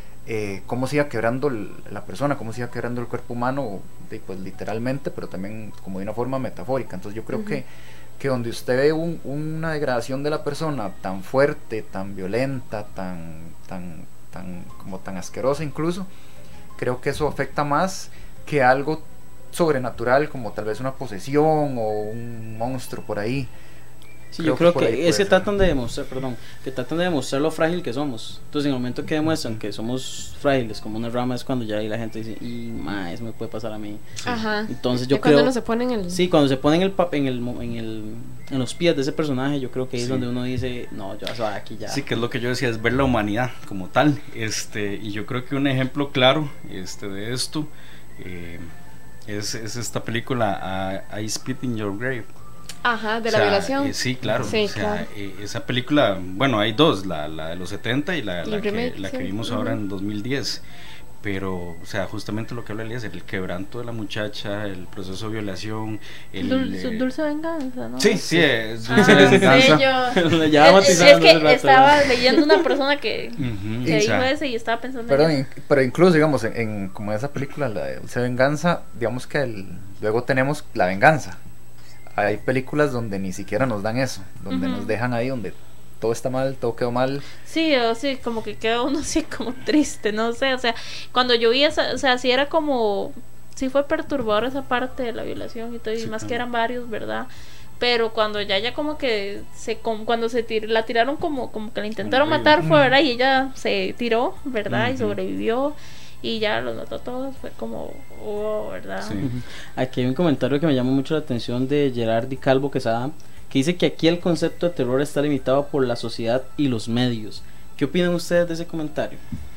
eh, cómo se iba quebrando el- la persona, cómo se iba quebrando el cuerpo humano, de, pues literalmente, pero también como de una forma metafórica. Entonces yo creo Ujú. que, que donde usted ve un- una degradación de la persona tan fuerte, tan violenta, tan, tan, tan, como tan asquerosa incluso, creo que eso afecta más que algo sobrenatural como tal vez una posesión o un monstruo por ahí. Sí, Creo yo que creo por que ahí puede es que ser. tratan de demostrar, perdón, que tratan de demostrar lo frágil que somos. Entonces, en el momento que demuestran que somos frágiles como una rama es cuando ya ahí la gente dice, y ma, eso me puede pasar a mí. Ajá. Entonces, yo Ya cuando creo uno se pone en el... sí, cuando se pone en el pap- en el mo- en el en los pies de ese personaje, yo creo que ahí es Sí. donde uno dice, no, yo eso aquí ya. Sí, que es lo que yo decía, es ver la humanidad como tal. Este, y yo creo que un ejemplo claro este, de esto eh, es, es esta película uh, I Spit in Your Grave. Ajá, de O la sea, violación. eh, sí, claro. Sí, o sea, claro. eh, esa película, bueno, hay dos, la, la de los setenta y la, El la, que, remake, la que sí. vimos Ujú. ahora en dos mil diez. Pero, o sea, justamente lo que habla Elías, el quebranto de la muchacha, el proceso de violación, el... Dul- eh, su dulce venganza, ¿no? Sí, sí, es Ah, dulce venganza. sí, yo- Ya es, matizando es hace que rato, estaba ¿verdad? leyendo una persona que, Ujú, que o dijo sea, eso y estaba pensando Pero, en in- pero incluso, digamos, en, en como esa película, la de Dulce Venganza, digamos que el- luego tenemos la venganza. Hay películas donde ni siquiera nos dan eso, donde Ujú. nos dejan ahí, donde todo está mal, todo quedó mal. Sí, o sí, como que queda uno así como triste, no sé, o sea, cuando yo vi esa, o sea, sí era como, sí fue perturbador esa parte de la violación y todo, y Sí, más que claro. eran varios, ¿verdad? Pero cuando ya, ya como que se, com- cuando se tir- la tiraron como, como que la intentaron Como matar, río. fue, ¿verdad? Y ella se tiró, ¿verdad? Y Ujú. sobrevivió, y ya los mató a todos, fue como, oh, ¿verdad? Sí. Ujú. Aquí hay un comentario que me llama mucho la atención de Gerard Di Calvo Quesada, que dice que aquí el concepto de terror está limitado por la sociedad y los medios. ¿Qué opinan ustedes de ese comentario?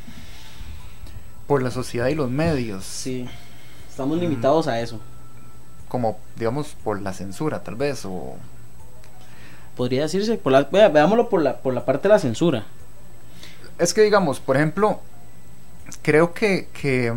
Por la sociedad y los medios, Sí, estamos limitados a eso. como, digamos, por la censura, tal vez, o... Podría decirse, por la, vea, veámoslo por la, por la parte de la censura. Es que, digamos, por ejemplo, creo que, que,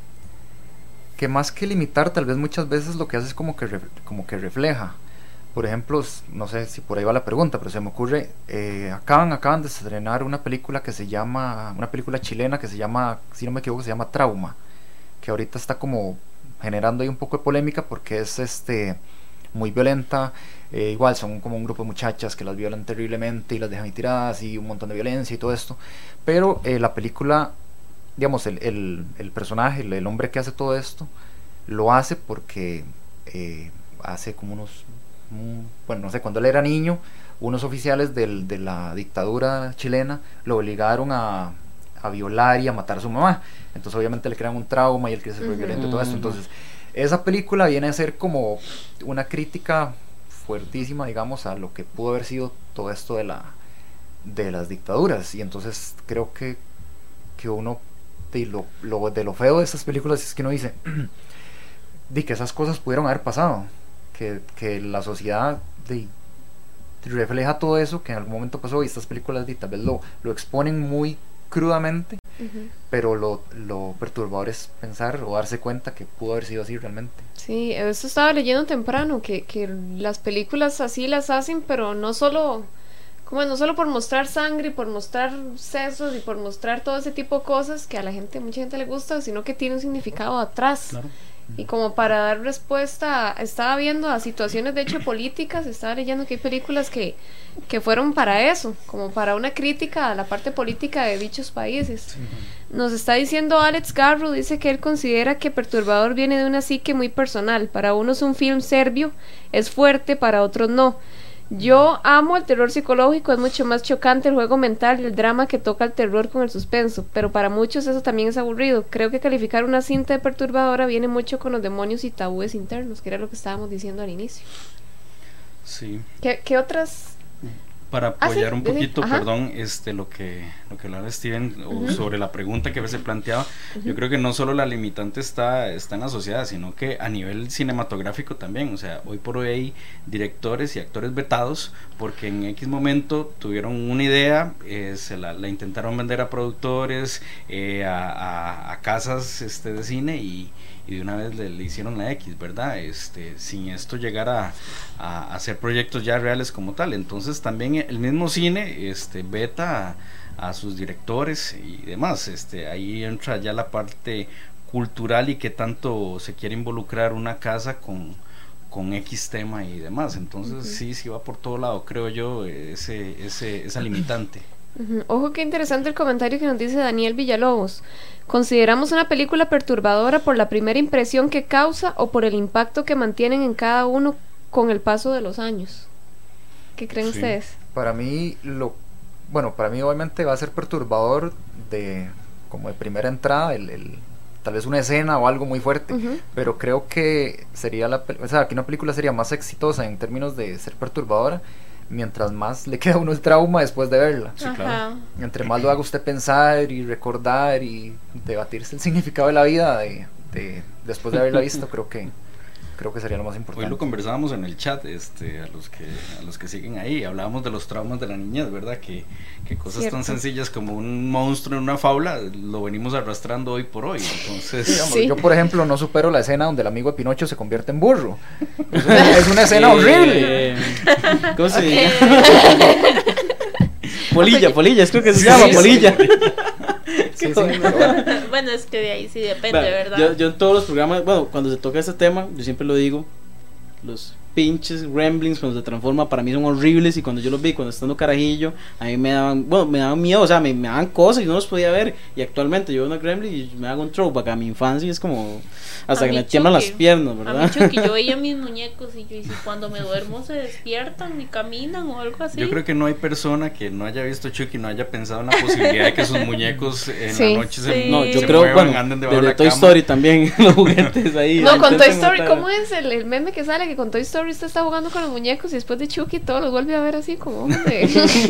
que más que limitar, tal vez muchas veces lo que hace es como que, re, como que refleja. Por ejemplo, no sé si por ahí va la pregunta, pero se me ocurre, eh, acaban, acaban de estrenar una película que se llama, una película chilena que se llama, si no me equivoco, se llama Trauma, que ahorita está como generando ahí un poco de polémica porque es este muy violenta, eh, igual son como un grupo de muchachas que las violan terriblemente y las dejan ahí tiradas y un montón de violencia y todo esto, pero eh, la película, digamos, el, el, el personaje, el, el hombre que hace todo esto, lo hace porque eh, hace como unos... bueno, no sé, cuando él era niño, unos oficiales del, de la dictadura chilena lo obligaron a, a violar y a matar a su mamá. Entonces obviamente le crean un trauma y él quiere ser uh-huh. violento y todo esto. Entonces esa película viene a ser como una crítica fuertísima, digamos, a lo que pudo haber sido todo esto de la de las dictaduras. Y entonces creo que, que uno de lo, lo, de lo feo de estas películas es que uno dice de que esas cosas pudieron haber pasado. Que, que la sociedad de, refleja todo eso que en algún momento pasó, y estas películas de, tal vez lo, lo exponen muy crudamente, uh-huh. pero lo, lo perturbador es pensar o darse cuenta que pudo haber sido así realmente. Sí, eso estaba leyendo temprano, que, que las películas así las hacen, pero no solo, como no solo por mostrar sangre y por mostrar sesos y por mostrar todo ese tipo de cosas que a la gente, mucha gente le gusta, sino que tiene un significado atrás. Claro. Y como para dar respuesta, estaba viendo a situaciones de hecho políticas, estaba leyendo que hay películas que, que fueron para eso, como para una crítica a la parte política de dichos países. Sí. Nos está diciendo Alex Garro, dice que él considera que Perturbador viene de una psique muy personal. Para unos un film serbio es fuerte, para otros no. Yo amo el terror psicológico, es mucho más chocante el juego mental y el drama que toca el terror con el suspenso, pero para muchos eso también es aburrido. Creo que calificar una cinta de perturbadora viene mucho con los demonios y tabúes internos, que era lo que estábamos diciendo al inicio. Sí. ¿Qué, qué otras...? Para apoyar ah, sí, un poquito, sí, perdón, este lo que lo que hablaba Steven o uh-huh. sobre la pregunta que se planteaba, uh-huh. yo creo que no solo la limitante está, está en la sociedad, sino que a nivel cinematográfico también. O sea, hoy por hoy hay directores y actores vetados porque en X momento tuvieron una idea, eh, se la, la intentaron vender a productores, eh, a, a, a casas este, de cine y y de una vez le, le hicieron la X, ¿verdad? Este, sin esto llegar a, a hacer proyectos ya reales como tal. Entonces también el mismo cine este, veta a, a sus directores y demás. Este, ahí entra ya la parte cultural y que tanto se quiere involucrar una casa con, con X tema y demás. Entonces uh-huh. sí, sí va por todo lado, creo yo, ese, ese, esa limitante. Uh-huh. Ojo, qué interesante el comentario que nos dice Daniel Villalobos. Consideramos una película perturbadora por la primera impresión que causa o por el impacto que mantienen en cada uno con el paso de los años. ¿Qué creen sí. ustedes? Para mí, lo bueno, para mí obviamente va a ser perturbador de como de primera entrada, el, el tal vez una escena o algo muy fuerte, uh-huh. pero creo que sería la, o sea, que una película sería más exitosa en términos de ser perturbadora mientras más le queda a uno el trauma después de verla. Sí, claro. Entre más lo haga usted pensar y recordar y debatirse el significado de la vida de, de, después de haberla visto, creo que creo que sería lo más importante. Hoy lo conversábamos en el chat, este, a los que a los que siguen ahí, hablábamos de los traumas de la niñez, ¿verdad? Que, que cosas Cierto. tan sencillas como un monstruo en una faula lo venimos arrastrando hoy por hoy. Entonces, digamos, sí. yo por ejemplo no supero la escena donde el amigo de Pinocho se convierte en burro. Es una, es una escena horrible. ¿Cómo se llama? Polilla, polilla, es creo que se sí, llama sí, polilla. Sí, sí, sí, bueno. bueno, es que de ahí sí depende, bueno, ¿verdad? Yo, yo en todos los programas, bueno, cuando se toca este tema, yo siempre lo digo, los pinches gremlins cuando se transforma para mí son horribles, y cuando yo los vi cuando estando carajillo a mí me daban, bueno, me daban miedo, o sea, me, me daban cosas y no los podía ver, y actualmente yo veo una gremlin y me hago un throwback a mi infancia y es como hasta a que me tiemblan las piernas, ¿verdad? A mí Chucky, yo veía mis muñecos y yo y si cuando me duermo se despiertan y caminan o algo así. Yo creo que no hay persona que no haya visto Chucky y no haya pensado en la posibilidad de que sus muñecos en sí, la noche sí. se, no, yo se creo, muevan, bueno, anden debajo de la Toy cama. Story también, los juguetes ahí. No, con Toy Story, ¿cómo es el, el meme que sale? Que con Toy Story usted está jugando con los muñecos y después de Chucky todos los vuelve a ver así como de...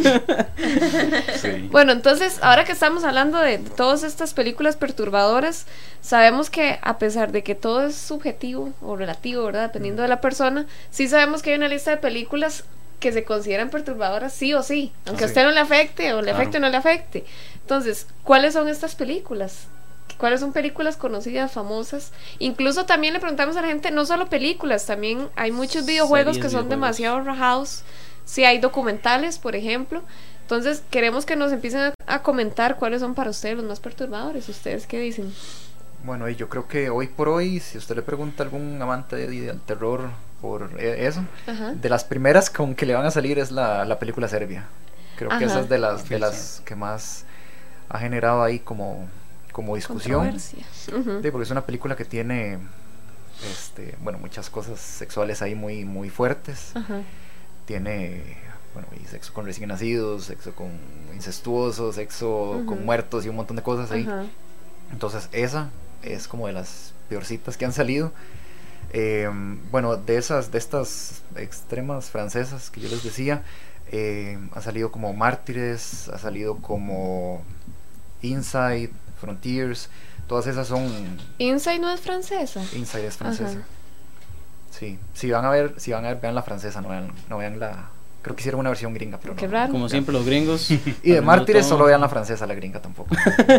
sí. Bueno, entonces ahora que estamos hablando de, de todas estas películas perturbadoras, sabemos que a pesar de que todo es subjetivo o relativo, ¿verdad? Dependiendo de la persona, sí sabemos que hay una lista de películas que se consideran perturbadoras sí o sí, aunque ah, sí. a usted no le afecte o le claro. afecte o no le afecte. Entonces, ¿cuáles son estas películas? ¿Cuáles son películas conocidas, famosas? Incluso también le preguntamos a la gente, no solo películas, también hay muchos videojuegos Series, que son videojuegos. demasiado rajados. Sí, hay documentales, por ejemplo. Entonces, queremos que nos empiecen a, a comentar cuáles son para ustedes los más perturbadores. ¿Ustedes qué dicen? Bueno, y yo creo que hoy por hoy, si usted le pregunta a algún amante de- del terror por e- eso, Ajá. de las primeras con que le van a salir es la, la película Serbia. Creo que Ajá. esa es de las, Sí, de las que más ha generado ahí como, como discusión. Controversia. Ujú. Sí, porque es una película que tiene, este, bueno, muchas cosas sexuales ahí muy, muy fuertes. Ajá. Tiene, bueno, y sexo con recién nacidos, sexo con incestuoso, sexo Ujú. con muertos y un montón de cosas ahí. Ajá. Entonces esa es como de las peorcitas que han salido. Eh, bueno, de esas, de estas extremas francesas que yo les decía, eh, ha salido como Mártires, ha salido como Inside, Frontiers, todas esas son... Inside no es francesa. Inside es francesa. Ajá. Sí, si van a ver, si van a ver, vean la francesa, no vean, no vean la... Creo que hicieron una versión gringa, pero Qué no. raro. Como siempre los gringos. Y de poniendo Mártires todo. solo vean la francesa, la gringa tampoco.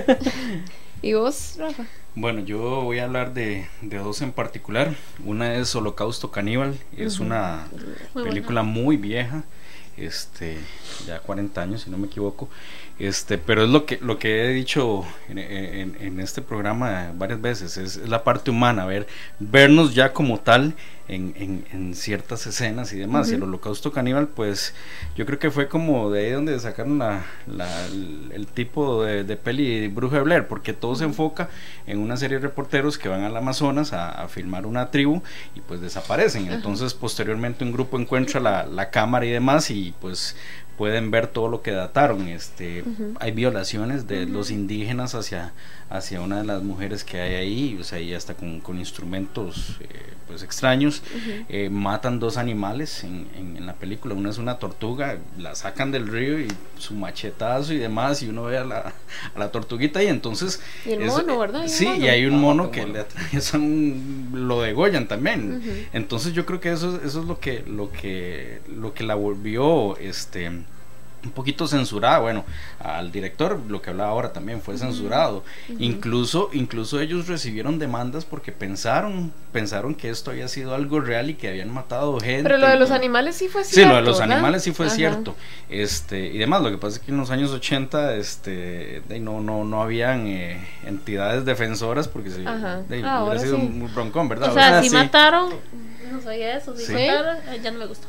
¿Y vos, Rafa? Bueno, yo voy a hablar de, de dos en particular. Una es Holocausto Caníbal, es Ujú. una Muy película muy vieja, este, ya cuarenta años si no me equivoco, este, pero es lo que lo que he dicho en, en- en este programa varias veces, es, es la parte humana, ver vernos ya como tal en, en- en ciertas escenas y demás. Y el Holocausto Caníbal, pues yo creo que fue como de ahí donde sacaron la, la- el, el tipo de, de peli Bruja de Blair, porque todo se enfoca en una serie de reporteros que van al Amazonas a, a filmar una tribu y pues desaparecen. Entonces posteriormente un grupo encuentra la, la cámara y demás y pues pueden ver todo lo que dataron. Este, Ujú. hay violaciones de los indígenas hacia, hacia una de las mujeres que hay ahí, o sea, y hasta con, con instrumentos eh, pues extraños. Ujú. Eh, matan dos animales en, en, en la película. Una es una tortuga, la sacan del río y su machetazo y demás, y uno ve a la, a la tortuguita y entonces Y el eso- mono, ¿verdad? Hay un Sí, mono. y hay un Ah, mono otro que mono. le atraviesan un- lo degollan también. Ujú. Entonces yo creo que eso, eso es lo que, lo que, lo que la volvió este un poquito censurada. Bueno, al director, lo que hablaba ahora también fue censurado. Incluso, incluso ellos recibieron demandas porque pensaron, pensaron que esto había sido algo real y que habían matado gente. Pero lo de y los todo. animales sí fue Sí, cierto. lo de los ¿verdad? animales sí fue Ajá. cierto. Este, y demás, lo que pasa es que en los años ochenta este de, no no no habían eh, entidades defensoras porque si Ajá. de, Ah, ahora hubiera sido sí. muy broncón, ¿verdad? O sea, Ah, si sí. mataron, no sabía eso, si Sí. mataron, eh, ya no me gustó.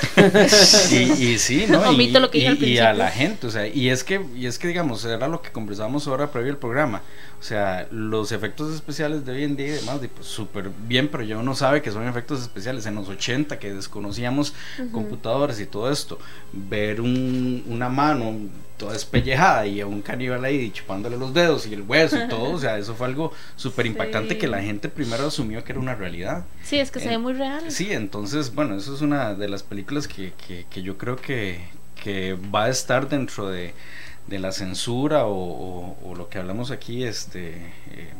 y, y sí, ¿no? Y, Omito lo que dije y- al y a principio. la gente, o sea, y es que, y es que digamos, era lo que conversábamos ahora previo al programa. O sea, los efectos especiales de hoy en día y demás, de, pues súper bien, pero ya uno sabe que son efectos especiales en los ochenta, que desconocíamos computadores y todo esto. Ver un, una mano toda despellejada y a un caníbal ahí chupándole los dedos y el hueso y todo, o sea, eso fue algo súper impactante Sí. que la gente primero asumió que era una realidad. Sí, es que se Eh, ve muy real. Sí, entonces, bueno, eso es una de las películas que, que, que yo creo que, que va a estar dentro de, de la censura o, o, o lo que hablamos aquí, este... eh,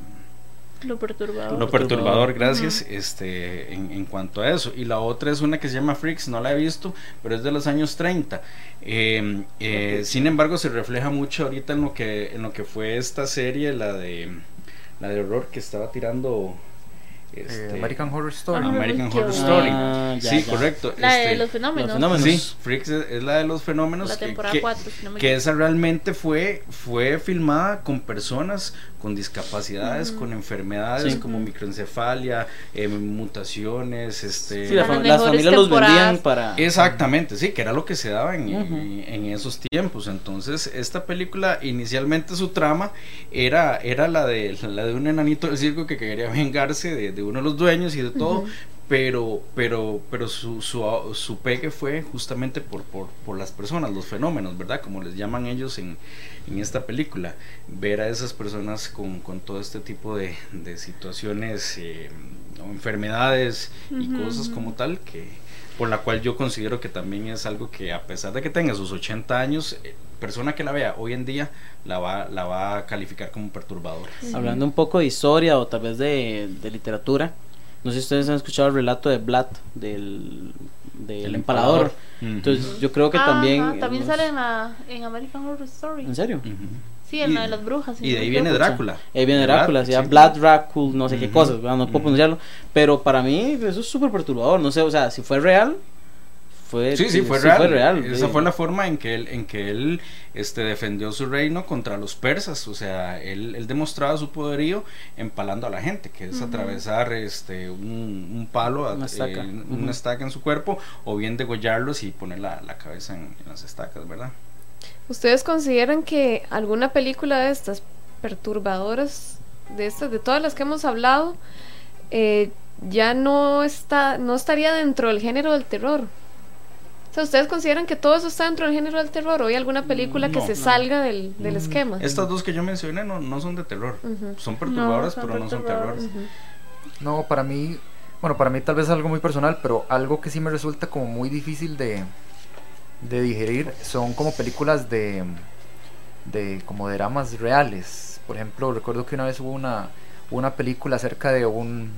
Lo perturbador. lo perturbador, gracias, este, en, en cuanto a eso. Y la otra es una que se llama Freaks, no la he visto, pero es de los años treinta. Eh, eh, sin embargo, se refleja mucho ahorita en lo que, en lo que fue esta serie, la de, la de horror que estaba tirando. Eh, Este, American Horror Story. Ajá. American Qué Horror bueno. Story. Ah, ya, sí, ya. correcto. La de este, los fenómenos. los fenómenos. Sí, Freaks es, es la de los fenómenos. La que- temporada que, cuatro, si no me que equivoco. esa realmente fue, fue filmada con personas con discapacidades, con enfermedades Sí. como microencefalia, eh, mutaciones, este... Sí, la Las fam- las mejores familias los temporadas. vendían para... Exactamente, sí, que era lo que se daba en, Ujú. en- en esos tiempos. Entonces, esta película, inicialmente su trama era, era la de la de un enanito del circo que quería vengarse de, de uno de los dueños y de todo, pero, pero, pero su, su, su pegue fue justamente por, por, por las personas, los fenómenos, ¿verdad? Como les llaman ellos en, en esta película. Ver a esas personas con, con todo este tipo de, de situaciones, eh, o enfermedades y Ujú, cosas ujú. como tal, que por la cual yo considero que también es algo que, a pesar de que tenga sus ochenta años, eh, persona que la vea hoy en día la va, la va a calificar como perturbadora. Hablando un poco de historia o tal vez de, de literatura, no sé si ustedes han escuchado el relato de Vlad, del, del El empalador. Ujú. Entonces yo creo que Ah, también... ajá, también hemos- sale en, la, en American Horror Story. ¿En serio? Ujú. Sí, el de las brujas. Y de ahí viene Drácula. Ahí viene Drácula, se llama sí. Vlad Dracul, no sé uh-huh. qué cosas, ¿verdad? No uh-huh. puedo pronunciarlo. Pero para mí eso es súper perturbador. No sé, o sea, si fue real, fue. Sí, sí, fue sí, real. Fue real. Esa sí. fue la forma en que él, en que él este, defendió su reino contra los persas. O sea, él, él demostraba su poderío empalando a la gente, que es uh-huh. atravesar este, un, un palo, una estaca. Eh, uh-huh. una estaca en su cuerpo, o bien degollarlos y poner la, la cabeza en, en las estacas, ¿verdad? ¿Ustedes consideran que alguna película de estas perturbadoras, de estas, de todas las que hemos hablado, eh, ya no está, no estaría dentro del género del terror? O sea, ¿ustedes consideran que todo eso está dentro del género del terror? ¿O hay alguna película no, que se no. salga del, del esquema? Estas dos que yo mencioné no, no son de terror. Uh-huh. Son perturbadoras, no, son pero no son terror. Uh-huh. No, para mí, bueno, para mí tal vez es algo muy personal, pero algo que sí me resulta como muy difícil de, de digerir son como películas de, de como dramas reales. Por ejemplo, recuerdo que una vez hubo una, una película acerca de un...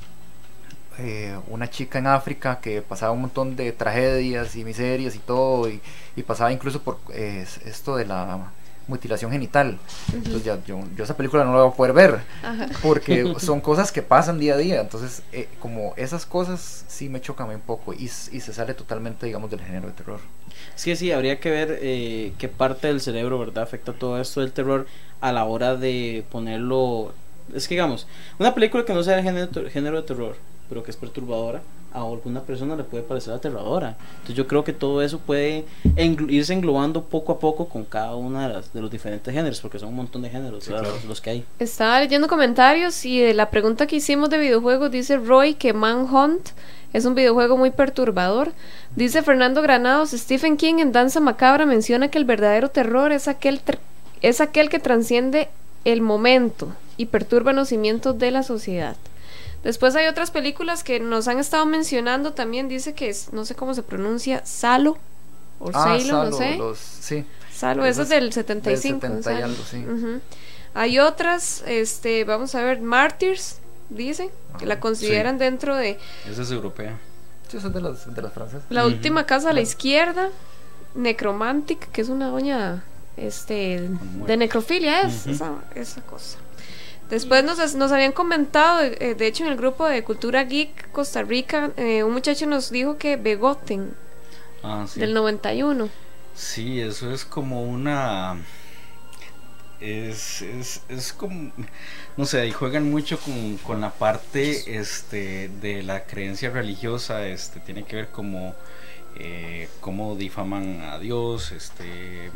Eh, una chica en África que pasaba un montón de tragedias y miserias y todo, y, y pasaba incluso por eh, esto de la mutilación genital. Uh-huh. Entonces ya, yo, yo esa película no la voy a poder ver. Ajá. Porque son cosas que pasan día a día. Entonces eh, como esas cosas sí me chocan un poco y, y se sale totalmente, digamos, del género de terror. Es que sí, habría que ver eh, qué parte del cerebro, ¿verdad?, afecta todo esto del terror a la hora de ponerlo. Es que digamos, una película que no sea de género, género de terror, pero que es perturbadora, a alguna persona le puede parecer aterradora. Entonces yo creo que todo eso puede engl- irse englobando poco a poco con cada uno de, las, de los diferentes géneros, porque son un montón de géneros, sí, claro. los, los que hay. Estaba leyendo comentarios y de la pregunta que hicimos de videojuegos dice Roy que Manhunt es un videojuego muy perturbador. Dice Fernando Granados, Stephen King en Danza Macabra menciona que el verdadero terror es aquel, ter- es aquel que transciende el momento y perturba los cimientos de la sociedad. Después hay otras películas que nos han estado mencionando también, dice que es, no sé cómo se pronuncia, Salo o ah, Salo, Salo, no sé. Los, sí. Salo, eso es del setenta y cinco. Del setenta y algo, sí. Uh-huh. Hay otras, este, vamos a ver, Martyrs, dice, ah, que la consideran sí. dentro de... Esa es europea. Sí, esa es de las, de las francesas. La uh-huh. última casa a la bueno. izquierda, Necromantic, que es una doña, este, de necrofilia, es uh-huh. esa, esa cosa. Después nos, nos habían comentado, eh, de hecho en el grupo de Cultura Geek Costa Rica, eh, un muchacho nos dijo que Begotten, ah, sí. del noventa y uno. Sí, eso es como una... Es, es, es como... No sé, ahí juegan mucho con, con la parte este, de la creencia religiosa, este, tiene que ver como... Eh, cómo difaman a Dios, este,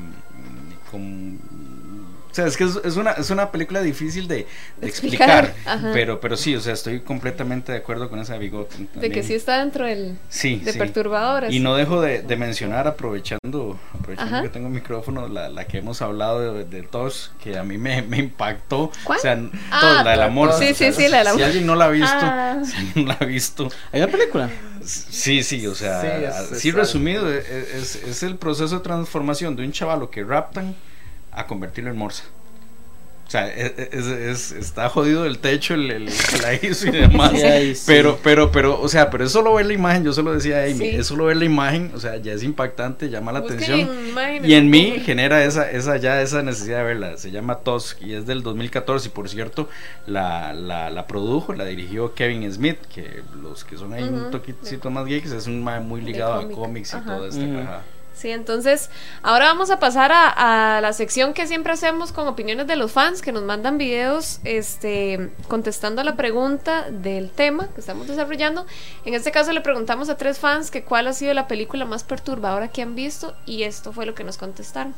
con, o sea, es que es, es una es una película difícil de, de explicar, explicar pero pero sí, o sea, estoy completamente de acuerdo con esa bigote. De que sí está dentro del sí, de sí. perturbadoras. Y no dejo de, de mencionar, aprovechando aprovechando que tengo el micrófono, la, la que hemos hablado de, de Tos, que a mí me, me impactó. ¿Cuál? O sea, ah, Tos, la del amor. Sí, o sea, sí, sí, la del amor. Si alguien no la ha visto, ah. si alguien no la ha visto. ¿Hay una película? Sí, sí, o sea, sí, es, así es resumido, es, es, es el proceso de transformación de un chavalo que raptan a convertirlo en morsa. O sea, es, es, es, está jodido el techo, el, el que la hizo y demás. Sí, ahí, sí. Pero, pero, pero, o sea, pero es solo ver la imagen, yo solo decía a Amy, sí. es solo ver la imagen, o sea, ya es impactante, llama la Busquen atención. Y en mí Google. genera esa, esa, ya esa necesidad de verla. Se llama Tusk y es del dos mil catorce. Y por cierto, la, la, la produjo, la dirigió Kevin Smith, que los que son ahí uh-huh. un toquecito más geeks, es un man muy ligado a cómics y toda esta uh-huh. caja. Sí, entonces ahora vamos a pasar a, a la sección que siempre hacemos con opiniones de los fans que nos mandan videos este, contestando a la pregunta del tema que estamos desarrollando. En este caso le preguntamos a tres fans que cuál ha sido la película más perturbadora que han visto y esto fue lo que nos contestaron.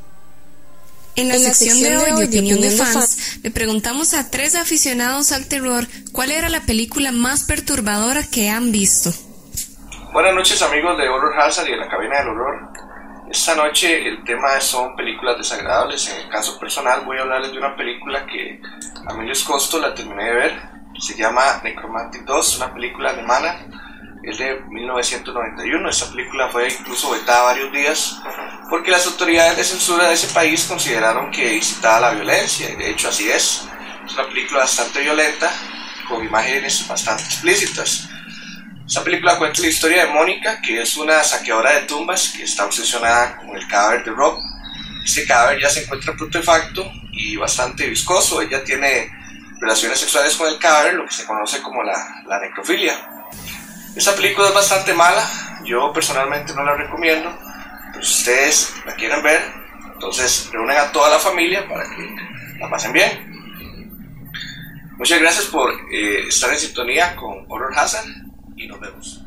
En la, en la sección, sección de hoy de opinión de fans, fans le preguntamos a tres aficionados al terror cuál era la película más perturbadora que han visto. Buenas noches amigos de Horror Hazard y de la Cabina del Horror. Esta noche el tema son películas desagradables. En el caso personal voy a hablarles de una película que a mí les costó, la terminé de ver. Se llama Necromantic dos, una película alemana. Es de mil novecientos noventa y uno. Esta película fue incluso vetada varios días porque las autoridades de censura de ese país consideraron que incitaba la violencia, y de hecho así es. Es una película bastante violenta con imágenes bastante explícitas. Esta película cuenta la historia de Mónica, que es una saqueadora de tumbas que está obsesionada con el cadáver de Rob. Este cadáver ya se encuentra putrefacto y bastante viscoso. Ella tiene relaciones sexuales con el cadáver, lo que se conoce como la, la necrofilia. Esta película es bastante mala, yo personalmente no la recomiendo, pero si ustedes la quieren ver, entonces reúnen a toda la familia para que la pasen bien. Muchas gracias por eh, estar en sintonía con Horror Hazard y nos vemos.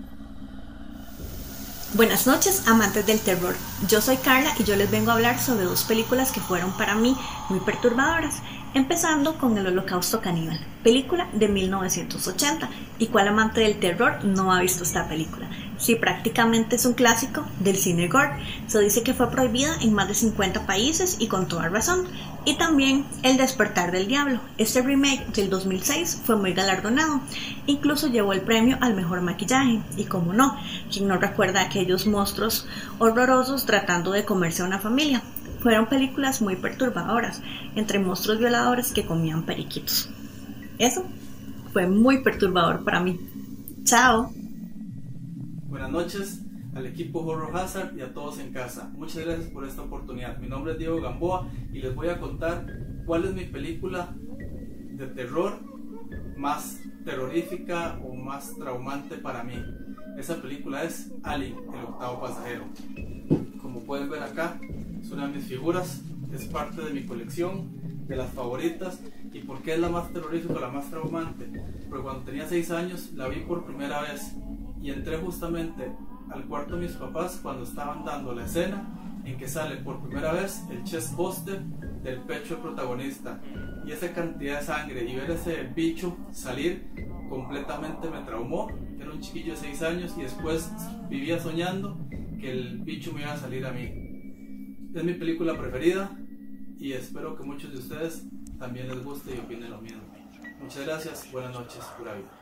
Buenas noches, amantes del terror. Yo soy Carla y yo les vengo a hablar sobre dos películas que fueron para mí muy perturbadoras, empezando con El Holocausto Caníbal, película de mil novecientos ochenta. ¿Y cuál amante del terror no ha visto esta película? Sí, prácticamente es un clásico del cine gore. Se dice que fue prohibida en más de cincuenta países y con toda razón. Y también El Despertar del Diablo. Este remake del dos mil seis fue muy galardonado, incluso llevó el premio al mejor maquillaje. Y como no, ¿quién no recuerda a aquellos monstruos horrorosos tratando de comerse a una familia? Fueron películas muy perturbadoras, entre monstruos violadores que comían periquitos. Eso fue muy perturbador para mí. Chao. Buenas noches al equipo Horror Hazard y a todos en casa. Muchas gracias por esta oportunidad. Mi nombre es Diego Gamboa y les voy a contar cuál es mi película de terror más terrorífica o más traumante para mí. Esa película es Alien, el octavo pasajero. Como pueden ver acá, es una de mis figuras, es parte de mi colección, de las favoritas. ¿Y por qué es la más terrorífica, la más traumante? Porque cuando tenía seis años la vi por primera vez y entré justamente al cuarto de mis papás cuando estaban dando la escena en que sale por primera vez el chest buster del pecho del protagonista, y esa cantidad de sangre y ver ese bicho salir completamente me traumó. Era un chiquillo de seis años y después vivía soñando que el bicho me iba a salir a mí. Es mi película preferida y espero que muchos de ustedes también les guste y opinen lo mismo. Muchas gracias, buenas noches, pura vida.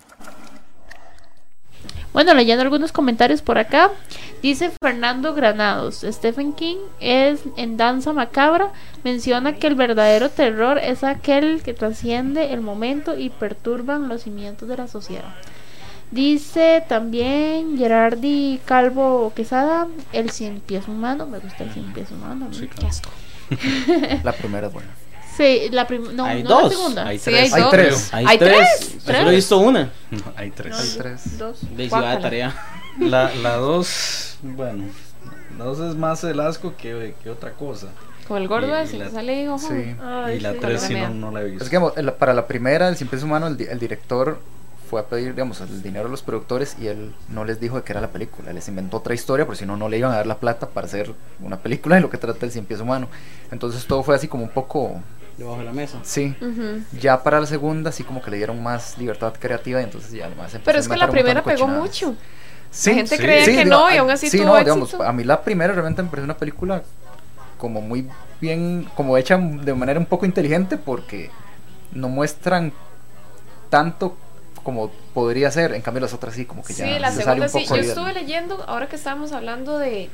Bueno, leyendo algunos comentarios por acá, dice Fernando Granados: Stephen King es en Danza Macabra, menciona que el verdadero terror es aquel que trasciende el momento y perturban los cimientos de la sociedad. Dice también Gerardi Calvo Quesada: el cien pies humano. Me gusta el cien pies humano, sí, qué asco. La primera es buena. Sí, la prim- no, hay no dos. La segunda. Hay sí, tres. hay, hay tres. Hay, ¿Hay tres. tres? Yo solo he visto una. No, hay tres. No, hay tres. Dos. De ciudad de tarea. La, la dos, bueno, la dos es más el asco que, que otra cosa. Con el gordo Y- y ese la- que sale ojo. Sí. Ay, y la sí, tres sí mía. no, no la he visto. Es que digamos, el- para la primera, el Cien Pies Humano, el, di- el director fue a pedir, digamos, el dinero a los productores y él no les dijo de qué era la película. Les inventó otra historia, porque si no, no le iban a dar la plata para hacer una película de lo que trata el Cien Pies Humano. Entonces todo fue así como un poco... Debajo de la mesa. Sí. Ujú. Ya para la segunda, sí como que le dieron más libertad creativa y entonces ya además empezó Pero a es que inventar la un montón primera de pegó cochinadas. mucho. Sí, La gente sí. creía Sí, que digo, no y a- aún así sí, tuvo no, éxito. digamos, a mí la primera realmente me pareció una película como muy bien, como hecha de manera un poco inteligente, porque no muestran tanto como podría ser. En cambio las otras sí, como que ya Sí, la se sale segunda un sí. poco Yo de- estuve leyendo, ahora que estábamos hablando de,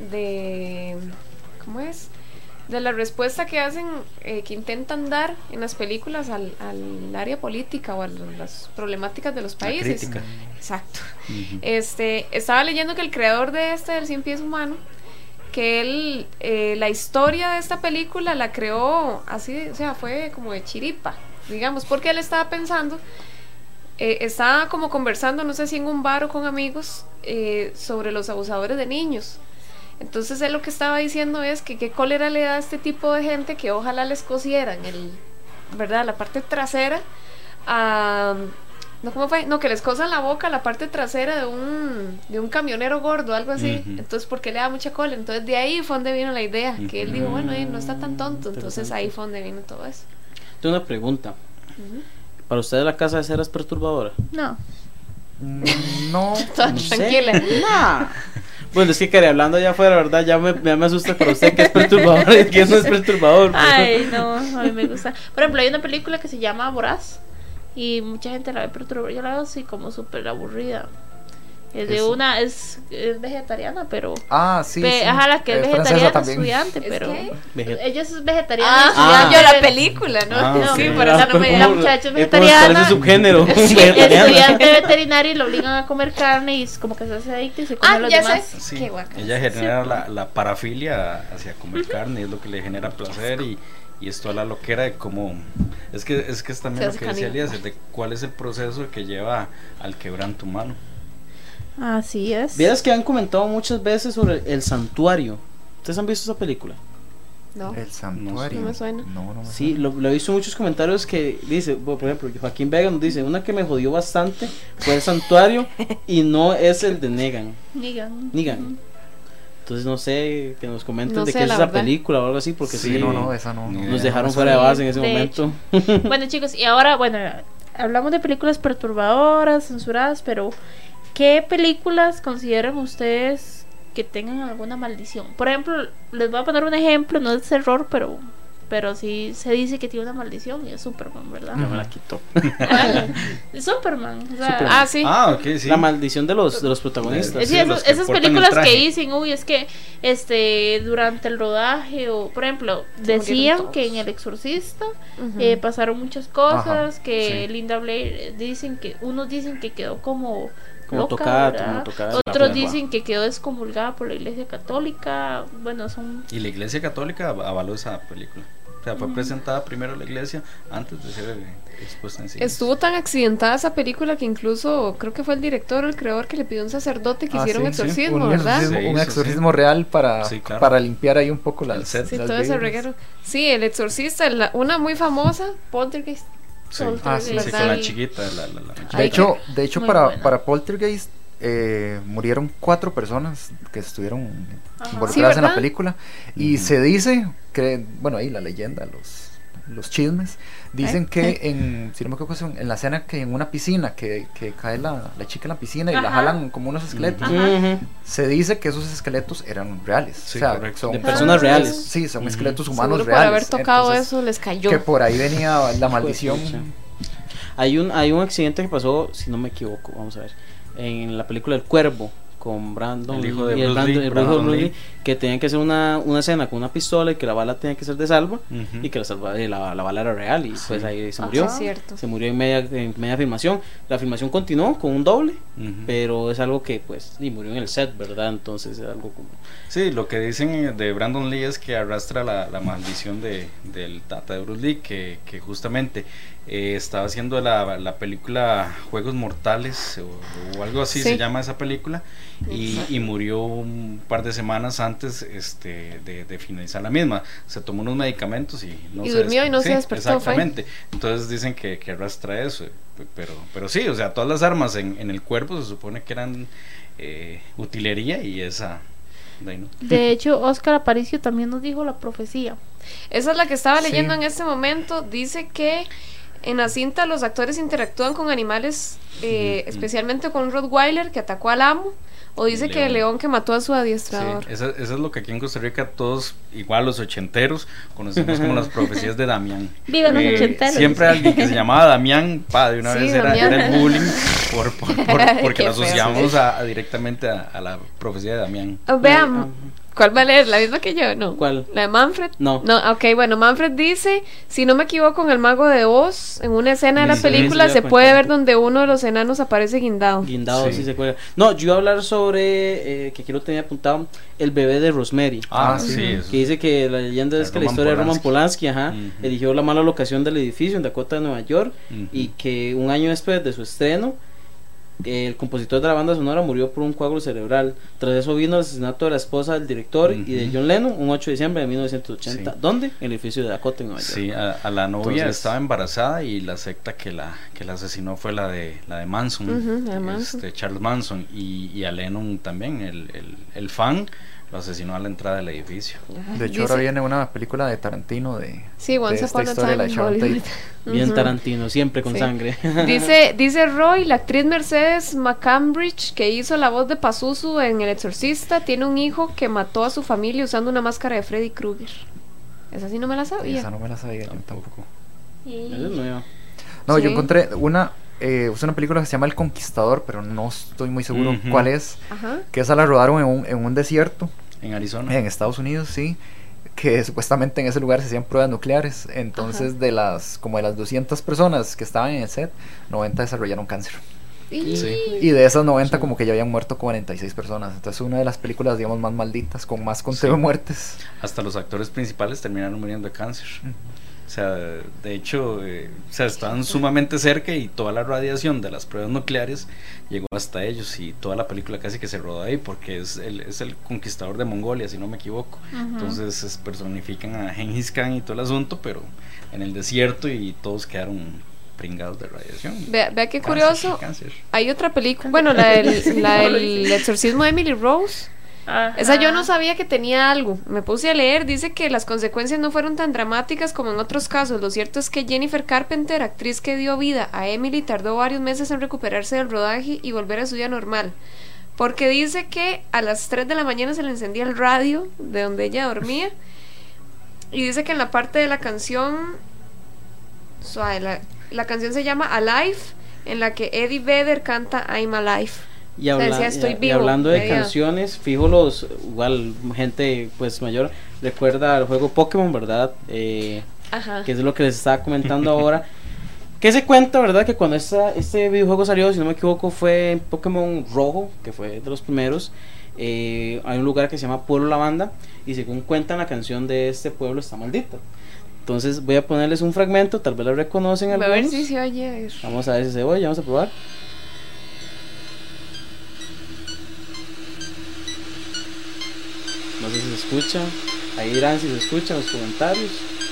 de ¿cómo es? De la respuesta que hacen, eh, que intentan dar en las películas al, al área política o a las problemáticas de los La países. crítica. Exacto. Ujú. Este, estaba leyendo que el creador de este del Cien Pies Humano, que él, eh, la historia de esta película la creó así, o sea, fue como de chiripa, digamos, porque él estaba pensando, eh, estaba como conversando, no sé si en un bar o con amigos, eh, sobre los abusadores de niños. Entonces él lo que estaba diciendo es que qué cólera le da a este tipo de gente que ojalá les cosieran el, ¿verdad? La parte trasera a... No, ¿cómo fue? No, que les cosan la boca, la parte trasera de un de un camionero gordo, algo así. Ujú. Entonces, ¿por qué le da mucha cola? Entonces, de ahí fue donde vino la idea. Que él dijo, bueno, eh, no está tan tonto. Entonces, ahí fue donde vino todo eso. Tengo una pregunta. Ujú. ¿Para ustedes la casa de cera es perturbadora? No. Mm, No, Toda No sé. tranquila. Nah. Bueno, es que Cari, hablando allá afuera, ¿verdad? Ya me, ya me asusta para usted que es perturbador y que no es perturbador. pero- Ay, no, a mí me gusta. Por ejemplo, hay una película que se llama Voraz y mucha gente la ve perturbadora. Yo la veo así como súper aburrida. Es de Eso. una, es, es vegetariana, pero... Ah, sí, Ve- sí. Ajá, la que es Eh, francesa vegetariana también. estudiante, ¿Es pero... qué? Veget- Ella es vegetariana Ah, estudiante. yo la pero- película, ¿no? Ah, No, ok. Sí, por eso no me la da muchacha es Eh, pues, vegetariana. ¿cuál es el subgénero? Sí, Vegetariana. estudiante veterinario y lo obligan a comer carne y es como que se hace adicto y se come Ah, a los ya demás. sé. Sí, Qué guaca. ella genera la, la parafilia hacia comer carne, es lo que le genera placer y, y esto a la loquera de cómo es que es que es también lo que decía Elías, de cuál es el proceso que lleva al quebranto humano. Así es. Vieras que han comentado muchas veces sobre El Santuario. ¿Ustedes han visto esa película? No. El Santuario. No me suena. No, no me Sí, lo, lo he visto en muchos comentarios que dice, bueno, por ejemplo, Joaquín Vega nos dice, una que me jodió bastante fue El Santuario y no es el de Negan. Negan. Negan. Entonces no sé, que nos comenten No de sé, qué es la esa verdad. película o algo así, porque sí, Sí, no, no, esa no. nos no, dejaron no, fuera de no, base en ese de momento. Bueno, chicos, y ahora, bueno, hablamos de películas perturbadoras, censuradas, pero ¿qué películas consideran ustedes que tengan alguna maldición? Por ejemplo, les voy a poner un ejemplo, no es terror, pero pero sí se dice que tiene una maldición y es Superman, ¿verdad? No me la quitó. Es Superman, o sea, Superman. Ah, sí. Ah, ok, sí. La maldición de los, de los protagonistas. Es Sí, decir, los esas, que esas portan películas el traje. que dicen, uy, es que este durante el rodaje o, por ejemplo, Se murieron decían todos. que en El Exorcista Ujú. eh, pasaron muchas cosas, Ajá, que sí. Linda Blair eh, dicen que, unos dicen que quedó como Como loca, tocada, ¿verdad? como tocada de la Otros lengua. dicen que quedó excomulgada por la Iglesia Católica. Bueno, son Y la Iglesia Católica avaló esa película. O sea, fue presentada primero a la iglesia antes de ser eh, expuesta en cine. Estuvo tan accidentada esa película que incluso creo que fue el director o el creador que le pidió a un sacerdote que Ah, hiciera un sí, sí, exorcismo, un ¿verdad? exorcismo, Se un hizo, exorcismo real para, Sí, claro. para limpiar ahí un poco las, El set. Sí, las todo ese vibras. reguero. Sí, el exorcista, la- una muy famosa, Poltergeist. Sí, Ah, sí, sí, sí, sí. con la chiquita. La, la, la De Ay, hecho, de hecho Muy para, buena. para Poltergeist eh, murieron cuatro personas que estuvieron Ajá. involucradas Sí, en la ¿verdad? película y Ujú. se dice que, bueno, ahí la leyenda, los los chismes dicen Ay. que en, si no me equivoco, es en la escena que en una piscina que, que cae la, la chica en la piscina y la Ajá. jalan como unos esqueletos, Ajá. Ujú. se dice que esos esqueletos eran reales, Sí, o sea, correcto. son De personas reales. sí, son Ujú. esqueletos humanos Seguro por reales. haber tocado Entonces, eso les cayó. que por ahí venía la maldición. Pucha. Hay un, hay un accidente que pasó, si no me equivoco, vamos a ver, en la película El Cuervo, con Brandon El hijo de y el Bruce Brandon- Lee, el hijo de Brandon Bruce Lee. Lee, que tenían que hacer una, una escena con una pistola y que la bala tenía que ser de salva Ujú. y que la, salva, eh, la, la bala era real y pues ahí se Ajá, murió. es cierto. Se murió en media, en media filmación. La filmación continuó con un doble, Ujú. pero es algo que pues y murió en el set, ¿verdad? Entonces es algo como... Sí, lo que dicen de Brandon Lee es que arrastra la, la maldición de, del tata de Bruce Lee, que, que justamente eh, estaba haciendo la, la película Juegos Mortales o, o algo así Sí. se llama esa película y, y murió un par de semanas antes este, de, de finalizar la misma. Se tomó unos medicamentos y no Y se durmió des- y no se sí, despertó, fue. Exactamente. Entonces dicen que, que arrastra eso, pero, pero sí, o sea, todas las armas en, en el cuerpo se supone que eran eh, utilería y esa... de ahí, ¿no? De hecho, Oscar Aparicio también nos dijo la profecía. Esa es la que estaba leyendo Sí. en este momento. Dice que en la cinta los actores interactúan con animales, eh, Ujú. especialmente con un Rottweiler que atacó al amo. O dice El que el león. león que mató a su Sí, adiestrador. eso, eso es lo que aquí en Costa Rica todos, igual los ochenteros, conocemos como las profecías de Damián. Vivan los ochenteros. Siempre alguien que se llamaba Damián, pa, de una Sí, vez era, Damián. era el bullying por, por- por- porque Qué lo feo. asociamos a, a directamente a, a la profecía de Damián. Oh, vean, ¿cuál va a leer? ¿La misma que yo? No. ¿Cuál? ¿La de Manfred? No. No, ok, bueno, Manfred dice, si no me equivoco, en El Mago de Oz, en una escena de la Sí, película, sí, se ya puede cuenta. ver donde uno de los enanos aparece guindado. Guindado, Sí. sí, se cuelga. No, yo iba a hablar sobre, eh, que aquí lo tenía apuntado, el bebé de Rosemary. Ah, Ah, sí, sí. eso. Que dice que la leyenda es De que la Roman historia de Roman Polanski. Polanski, ajá, Ujú. eligió la mala locación del edificio en Dakota de Nueva York Ujú. y que un año después de su estreno, eh, el compositor de la banda sonora murió por un coágulo cerebral. Tras eso vino el asesinato de la esposa del director y de Ujú. John Lennon un ocho de diciembre de mil novecientos ochenta. Sí. ¿Dónde? En el edificio de Dakota en Nueva York. Sí, a, a la novia Entonces- estaba embarazada y la secta que la que la asesinó fue la de la de Manson, Ujú, la de Manson. este, Charles Manson y, y a Lennon también, el, el, el fan lo asesinó a la entrada del edificio. De hecho, Dice- ahora viene una película de Tarantino de, Sí, de Once esta Upon a historia de la Time in Sharon Hollywood. Tate. Bien Ujú. Tarantino, siempre con Sí. sangre. Dice, dice Roy, la actriz Mercedes McCambridge, que hizo la voz de Pazuzu en El Exorcista, tiene un hijo que mató a su familia usando una máscara de Freddy Krueger. Esa sí no me la sabía. Esa no me la sabía yo tampoco. Eso es nuevo. No, Sí. yo encontré una, eh, es una película que se llama El Conquistador, pero no estoy muy seguro Ujú. cuál es. Ajá. Que esa la rodaron en un, en un desierto, En Arizona. en Estados Unidos, sí. Que supuestamente en ese lugar se hacían pruebas nucleares. Entonces, Ajá. de las, como de las doscientas personas que estaban en el set, noventa desarrollaron cáncer. Sí. Y de esas noventa como que ya habían muerto cuarenta y seis personas. Entonces una de las películas, digamos, más malditas, con más conteo sí. de muertes. Hasta los actores principales terminaron muriendo de cáncer. Mm. O sea, de hecho, eh, o sea, estaban sumamente cerca y toda la radiación de las pruebas nucleares llegó hasta ellos y toda la película casi que se rodó ahí porque es el, es el conquistador de Mongolia, si no me equivoco. Uh-huh. Entonces es, personifican a Gengis Khan y todo el asunto, pero en el desierto y todos quedaron pringados de radiación. Vea, vea qué cáncer, curioso. Cáncer. Hay otra película, bueno, la del, la del exorcismo de Emily Rose. Ajá. Esa yo no sabía que tenía algo. Me puse a leer, dice que las consecuencias no fueron tan dramáticas como en otros casos. Lo cierto es que Jennifer Carpenter, actriz que dio vida a Emily, tardó varios meses en recuperarse del rodaje y volver a su vida normal. Porque dice que a las tres de la mañana se le encendía el radio de donde ella dormía. Y dice que en la parte de la canción, suave, la, la canción se llama Alive, en la que Eddie Vedder canta I'm Alive. Y, habla, o sea, decía, estoy y, vivo, y hablando de media. canciones, fijo los, igual gente pues mayor recuerda al juego Pokémon, ¿verdad? Eh, Ajá. Que es lo que les estaba comentando ahora. Que se cuenta, ¿verdad? Que cuando esta, este videojuego salió, si no me equivoco, fue Pokémon Rojo, que fue de los primeros. Eh, hay un lugar que se llama Pueblo Lavanda y según cuentan la canción de este pueblo está maldita. Entonces voy a ponerles un fragmento, tal vez lo reconocen algunos. A ver si se oye. Vamos a ver si se oye, vamos a probar. No sé si se escucha. Ahí dirán si se escucha en los comentarios.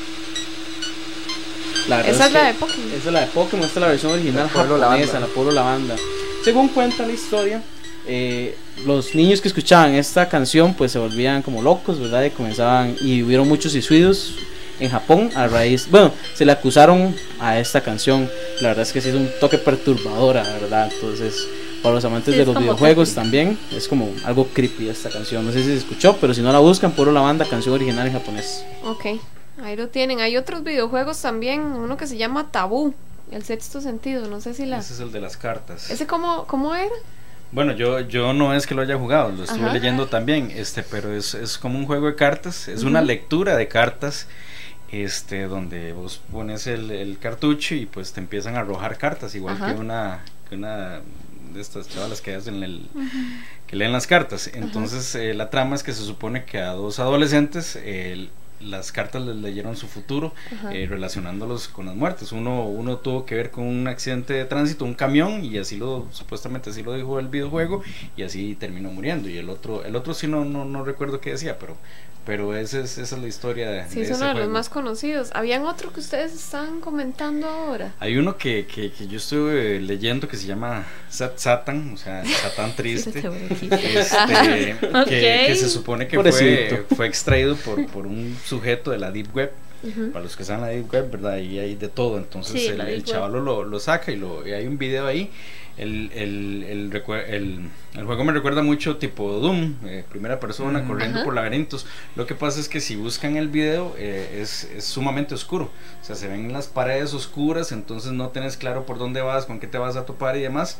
La esa es, es la de Pokémon. Esa es la de Pokémon, esta es la versión original japonesa, la Pueblo Lavanda. Según cuenta la historia, eh, los niños que escuchaban esta canción pues se volvían como locos, ¿verdad? Y comenzaban, y hubieron muchos suicidios en Japón a raíz, bueno, se le acusaron a esta canción. La verdad es que sí es un toque perturbadora, ¿verdad? Entonces, para los amantes sí, de los videojuegos creepy. También es como algo creepy esta canción. No sé si se escuchó, pero si no la buscan, Pueblo Lavanda, canción original en japonés. Ok, ahí lo tienen. Hay otros videojuegos también, uno que se llama Tabú, el sexto sentido, no sé si la... Ese es el de las cartas. ¿Ese cómo, cómo era? Bueno, yo, yo no es que lo haya jugado, lo estuve Ajá. leyendo también, este, pero es, es como un juego de cartas, es uh-huh. una lectura de cartas, este, donde vos pones el, el cartucho y pues te empiezan a arrojar cartas, igual Ajá. que una, que una de estas chavalas que hacen el, uh-huh. que leen las cartas. Entonces eh, la trama es que se supone que a dos adolescentes eh, las cartas les leyeron su futuro, eh, relacionándolos con las muertes. Uno, uno tuvo que ver con un accidente de tránsito, un camión, y así lo, supuestamente así lo dijo el videojuego, y así terminó muriendo. Y el otro, el otro sí no, no, no recuerdo qué decía, pero pero esa es, esa es la historia de, sí, de es uno ese de juego. Los más conocidos. ¿Habían otro que ustedes están comentando ahora? Hay uno que, que, que yo estuve leyendo que se llama Sat Satan, o sea, Satán triste, este, que, okay. que se supone que fue, fue extraído por, por un sujeto de la Deep Web. Uh-huh. Para los que saben la Deep Web, ¿verdad? Y hay de todo. Entonces sí, el, el chaval lo, lo saca y, lo, y hay un video ahí. El, el, el, el, el juego me recuerda mucho tipo Doom, eh, primera persona, mm. corriendo Ajá. por laberintos. Lo que pasa es que si buscan el video eh, es, es sumamente oscuro, o sea, se ven las paredes oscuras, entonces no tenés claro por dónde vas, con qué te vas a topar y demás,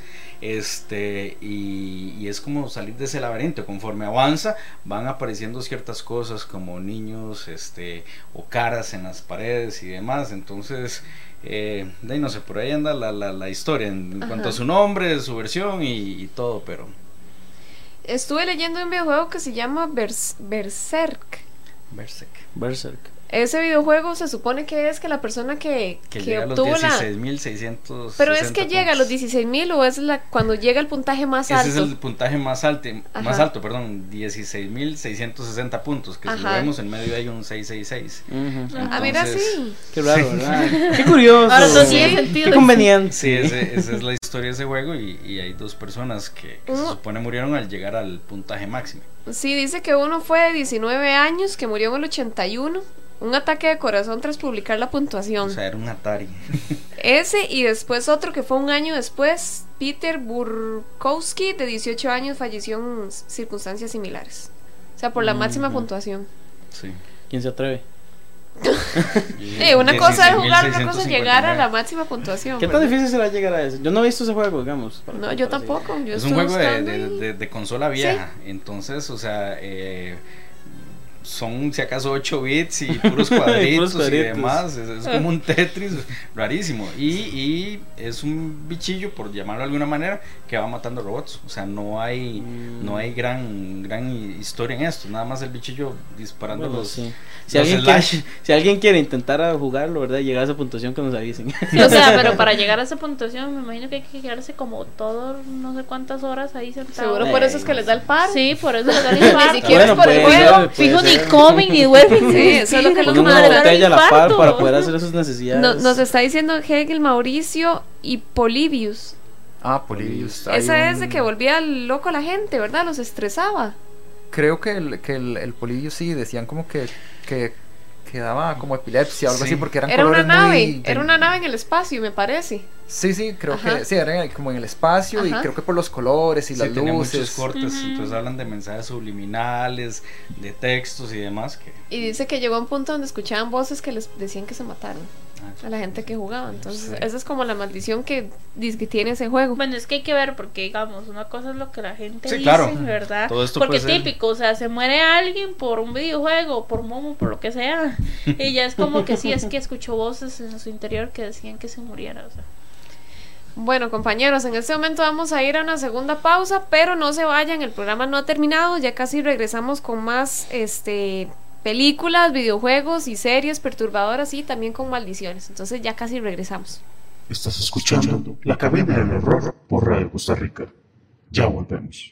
este y, y es como salir de ese laberinto. Conforme avanza van apareciendo ciertas cosas como niños, este o caras en las paredes y demás. Entonces Eh, de ahí no sé, por ahí anda la, la, la historia en, en cuanto a su nombre, su versión y, y todo, pero estuve leyendo un videojuego que se llama Bers- Berserk. Berserk. Berserk. Ese videojuego se supone que es que la persona que, que, que llega obtuvo a los dieciséis mil seiscientos la... Pero es que llega a los dieciséis mil o es la cuando llega el puntaje más alto. Ese es el puntaje más alto, más alto, perdón, dieciséis mil seiscientos sesenta puntos, que Ajá. si lo vemos en medio hay un seiscientos sesenta y seis. Uh-huh. Entonces, ah, mira, sí. Qué raro, ¿verdad? Qué curioso. Ahora no tiene sentido. Qué conveniente. Sí, ese, esa es la historia de ese juego y, y hay dos personas que, que uh. se supone murieron al llegar al puntaje máximo. Sí, dice que uno fue de diecinueve años, que murió en el ochenta y uno. Un ataque de corazón tras publicar la puntuación. O sea, era un Atari. Ese y después otro que fue un año después, Peter Burkowski, de dieciocho años, falleció en circunstancias similares. O sea, por la mm-hmm. máxima puntuación. Sí. ¿Quién se atreve? eh, una cosa es jugar, una cosa es llegar a la máxima puntuación. ¿Qué tan difícil será llegar a eso? Yo no he visto ese juego, digamos. No, yo tampoco. Yo es un juego de, de, de, de consola vieja. ¿Sí? Entonces, o sea, eh, son si acaso ocho bits y puros cuadritos, puros cuadritos. y demás, es, es como un Tetris rarísimo, y, y es un bichillo, por llamarlo de alguna manera, que va matando robots. O sea, no hay mm. no hay gran gran historia en esto, nada más el bichillo disparando bueno, los, sí. si, los alguien quiere, si alguien quiere intentar jugarlo, ¿verdad? Llegar a esa puntuación, que nos avisen. Sí, o sea, pero para llegar a esa puntuación me imagino que hay que quedarse como todo, no sé cuántas horas ahí sentado. Seguro por eso es que les da el paro. Sí, por eso les da el infarto. Ni siquiera bueno, es por el juego. Ser, Fijo, ser. ni comen ni duermen. Sí, eso es lo que Ponen lo una madre botella a la par para poder hacer sus necesidades. No, nos está diciendo Hegel, Mauricio y Polybius. Ah, Polybius. Esa un... es de que volvía loco a la gente, ¿verdad? Los estresaba. Creo que el, que el, el Polybius sí, decían como que, que, que daba como epilepsia o algo sí. así, porque eran era colores una nave, muy... era una nave en el espacio, me parece. Sí, sí, creo Ajá. que sí, era como en el espacio. Ajá. Y creo que por los colores y sí, las tiene luces. muchos cortes, uh-huh. entonces hablan de mensajes subliminales, de textos y demás. Que... Y dice que llegó a un punto donde escuchaban voces que les decían que se mataron a la gente que jugaba. Entonces, sí. esa es como la maldición que dice que tiene ese juego. Bueno, es que hay que ver, porque digamos, una cosa es lo que la gente sí, dice, claro. ¿verdad? Todo esto porque puede típico, o sea, se muere alguien por un videojuego, por Momo, por lo que sea. Y ya es como que sí, es que escuchó voces en su interior que decían que se muriera, o sea. Bueno, compañeros, en este momento vamos a ir a una segunda pausa, pero no se vayan, el programa no ha terminado, ya casi regresamos con más este películas, videojuegos y series perturbadoras y también con maldiciones. Entonces ya casi regresamos. Estás escuchando La Cabina del Horror por Radio Costa Rica. Ya volvemos.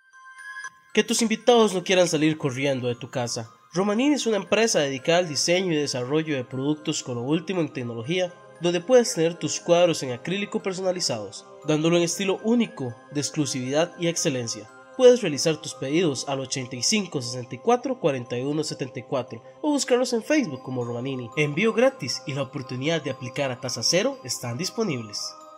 Que tus invitados no quieran salir corriendo de tu casa. Romanini es una empresa dedicada al diseño y desarrollo de productos con lo último en tecnología, donde puedes tener tus cuadros en acrílico personalizados, dándolo en estilo único, de exclusividad y excelencia. Puedes realizar tus pedidos al ochenta y cinco, sesenta y cuatro, cuarenta y uno, setenta y cuatro o buscarlos en Facebook como Romanini. Envío gratis y la oportunidad de aplicar a tasa cero están disponibles.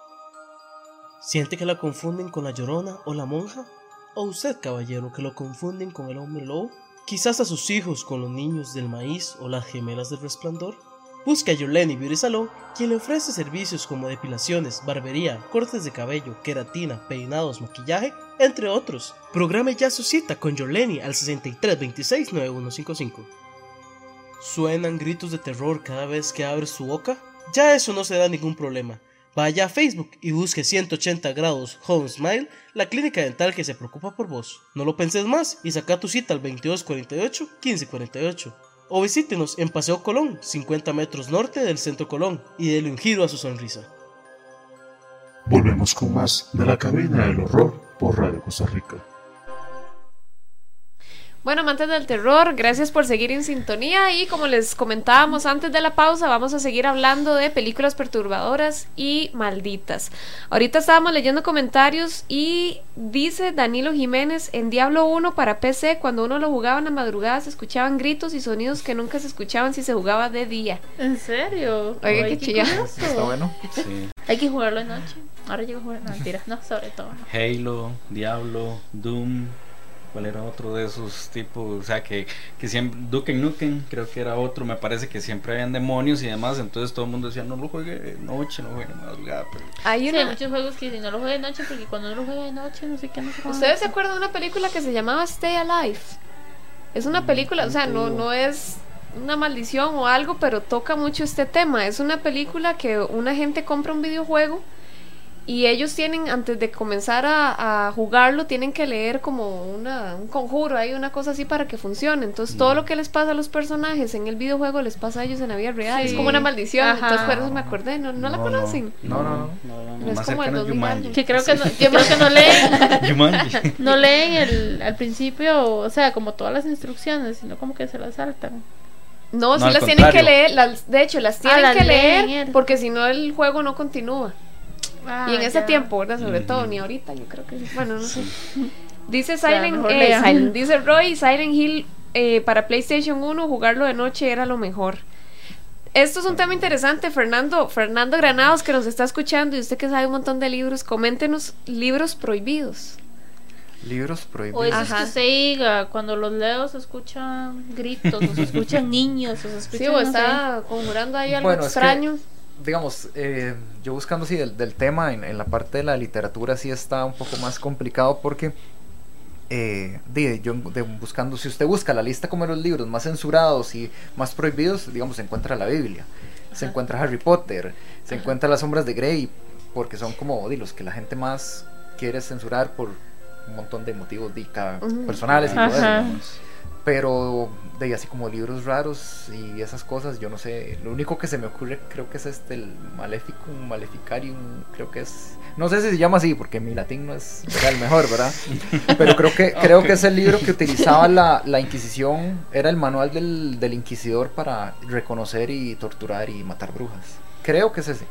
¿Siente que la confunden con la Llorona o la Monja? ¿O usted, caballero, que lo confunden con el Hombre Lobo? ¿Quizás a sus hijos con los Niños del Maíz o las Gemelas del Resplandor? Busque a Yoleni Beauty Salon, quien le ofrece servicios como depilaciones, barbería, cortes de cabello, queratina, peinados, maquillaje, entre otros. Programe ya su cita con Yoleni al sesenta y tres, veintiséis, noventa y uno cincuenta y cinco. ¿Suenan gritos de terror cada vez que abres su boca? Ya eso no se da ningún problema. Vaya a Facebook y busque ciento ochenta grados Home Smile, la clínica dental que se preocupa por vos. No lo penses más y saca tu cita al veintidós cuarenta y ocho, quince cuarenta y ocho. O visítenos en Paseo Colón, cincuenta metros norte del Centro Colón, y dele un giro a su sonrisa. Volvemos con más de La Cabina del Horror por Radio Costa Rica. Bueno, amantes del terror, gracias por seguir en sintonía y como les comentábamos antes de la pausa, vamos a seguir hablando de películas perturbadoras y malditas. Ahorita estábamos leyendo comentarios y dice Danilo Jiménez, en Diablo uno para P C, cuando uno lo jugaba en la madrugada se escuchaban gritos y sonidos que nunca se escuchaban si se jugaba de día. ¿En serio? Oiga, qué chilla. Está bueno. Sí. Hay que jugarlo de noche. Ahora llego a jugar, no, mentira, no, sobre todo no. Halo, Diablo, Doom. ¿Cuál era otro de esos tipos? O sea, que, que siempre, Duke Nukem, creo que era otro, me parece que siempre habían demonios y demás, entonces todo el mundo decía, no lo juegue de noche, no juegue de madrugada. Pero... Hay, sí, una... hay muchos juegos que si no lo juegue de noche, porque cuando uno lo juega de noche, no sé qué, no sé cómo. ¿Ustedes se acuerdan de una película que se llamaba Stay Alive? Es una película, o sea, no, no es una maldición o algo, pero toca mucho este tema. Es una película que una gente compra un videojuego y ellos tienen, antes de comenzar a, a jugarlo, tienen que leer como una, un conjuro, hay una cosa así para que funcione. Entonces, mm. todo lo que les pasa a los personajes en el videojuego les pasa a ellos en la vida real. Sí. Es como una maldición. Ajá. Entonces, por eso me acordé. ¿No, no, no la conocen? No, no, no. no, no, no. Es como el dos mil años. Que creo que no, yo creo que no leen. No leen el, al principio, o sea, como todas las instrucciones, sino como que se las saltan. No, no sí las contrario. tienen que leer. Las, de hecho, las tienen ah, que las leer leen. porque si no, el juego no continúa. Ah, y en ese ya. tiempo, ¿verdad? Sobre mm-hmm. todo, ni ahorita, yo creo que bueno, no sé. Dice Silent, O sea, eh, Silent dice Roy, Silent Hill eh, para PlayStation uno, jugarlo de noche era lo mejor. Esto es un tema interesante, Fernando, Fernando Granados, que nos está escuchando y usted que sabe un montón de libros, coméntenos libros prohibidos. Libros prohibidos. O eso es que se diga, cuando los leo se escuchan gritos, o se escuchan niños, o se escuchan, sí, o está no conjurando ahí algo bueno, extraño. Es que, digamos, eh, yo buscando sí del, del tema en, en la parte de la literatura sí está un poco más complicado porque eh, de, yo, de buscando, si usted busca la lista como de los libros más censurados y más prohibidos, digamos, se encuentra la Biblia, Ajá. se encuentra Harry Potter, se Ajá. encuentra Las Sombras de Grey, porque son como de los que la gente más quiere censurar por un montón de motivos de, uh-huh. personales y todo eso. Pero de así como libros raros y esas cosas, yo no sé, lo único que se me ocurre creo que es este, el Maleficum, Maleficarium, creo que es, no sé si se llama así porque mi latín no es el mejor, ¿verdad? Pero creo que creo okay. que es el libro que utilizaba la, la Inquisición, era el manual del, del inquisidor para reconocer y torturar y matar brujas, creo que es ese.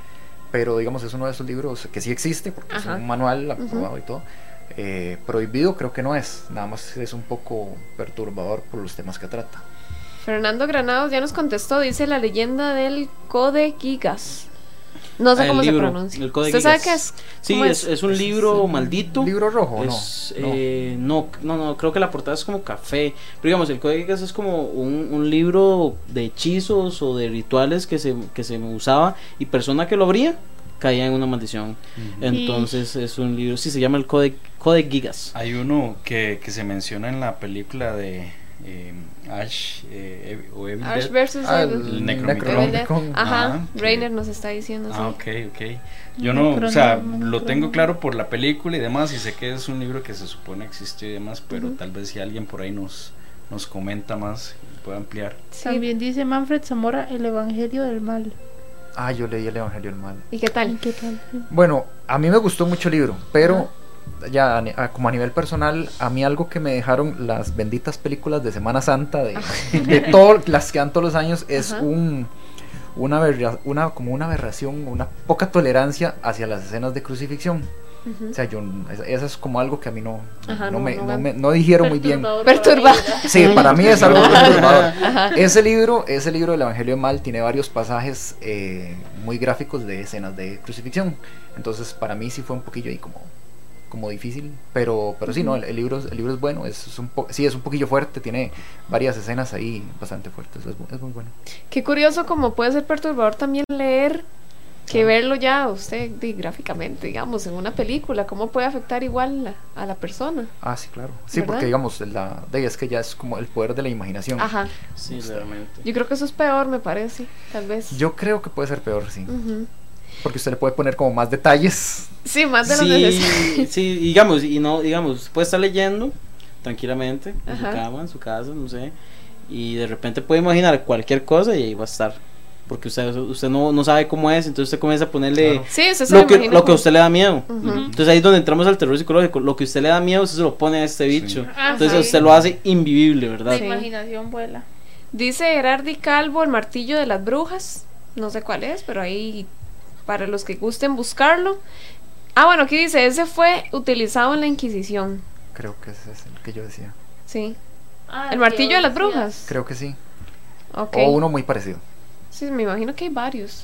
Pero digamos es uno de esos libros que sí existe porque Ajá. es un manual aprobado uh-huh. y todo. Eh, prohibido creo que no es, nada más es un poco perturbador por los temas que trata. Fernando Granados ya nos contestó, dice la leyenda del Code Gigas. No sé ah, cómo libro, se pronuncia. El Code ¿Usted Gigas. sabe qué es? Sí, es? Es, es un libro ¿Es maldito. ¿Libro rojo es, no? Eh, no? No, no, creo que la portada es como café. Pero digamos, el Code Gigas es como un, un libro de hechizos o de rituales que se, que se usaba y persona que lo abría caía en una maldición. Uh-huh. Entonces y... es un libro, sí, se llama el Code, Code Gigas. Hay uno que, que se menciona en la película de eh, Ash eh, o Evil Ash Dead. versus ah, Evil. El Necronomicon. Ajá, Ajá Rainer nos está diciendo. Ah, sí. ok, ok. Yo no, o sea, lo tengo claro por la película y demás, y sé que es un libro que se supone existió y demás, pero uh-huh. tal vez si alguien por ahí nos, nos comenta más, puede ampliar. Sí. También dice Manfred Zamora, el Evangelio del Mal. Ah, yo leí el Evangelio del Mal. ¿Y qué tal? ¿Y qué tal? Bueno, a mí me gustó mucho el libro, pero ya a, como a nivel personal, a mí algo que me dejaron las benditas películas de Semana Santa de, de todas las que dan todos los años es Ajá. un una, aberra, una como una aberración, una poca tolerancia hacia las escenas de crucifixión. Uh-huh. O sea, yo eso es como algo que a mí no Ajá, no, no, me, no, no, me, no dijeron muy bien. Perturbador. Sí, para mí es algo perturbador. Ajá. Ese libro, ese libro del Evangelio del Mal tiene varios pasajes eh, muy gráficos de escenas de crucifixión. Entonces, para mí sí fue un poquillo ahí como como difícil, pero pero uh-huh. sí, no, el, el libro el libro es bueno, es, es un po- sí es un poquillo fuerte, tiene varias escenas ahí bastante fuertes, es, es muy bueno. Qué curioso como puede ser perturbador también leer que verlo ya usted di, gráficamente, digamos, en una película, cómo puede afectar igual la, a la persona. Ah, sí, claro. Sí, ¿verdad? Porque digamos, la de es que ya es como el poder de la imaginación. Ajá. Sí, realmente. Yo creo que eso es peor, me parece, tal vez. Yo creo que puede ser peor, sí. Uh-huh. Porque usted le puede poner como más detalles. Sí, más de lo sí, necesario. Sí, digamos, y no, digamos, puede estar leyendo tranquilamente en Ajá. su cama, en su casa, no sé, y de repente puede imaginar cualquier cosa y ahí va a estar. Porque usted, usted no, no sabe cómo es, entonces usted comienza a ponerle claro. sí, usted se lo, que, lo lo que a usted le da miedo. Uh-huh. Entonces ahí es donde entramos al terror psicológico. Lo que a usted le da miedo, usted se lo pone a este bicho. Sí. Entonces Ajá. usted lo hace invivible, ¿verdad? La Sí. imaginación vuela. Dice Gerardi Calvo, el martillo de las brujas. No sé cuál es, pero ahí para los que gusten buscarlo. Ah, bueno, aquí dice, ese fue utilizado en la Inquisición. Creo que ese es el que yo decía. Sí. Ah, el martillo de las brujas. Creo que sí. Okay. O uno muy parecido. Sí, me imagino que hay varios.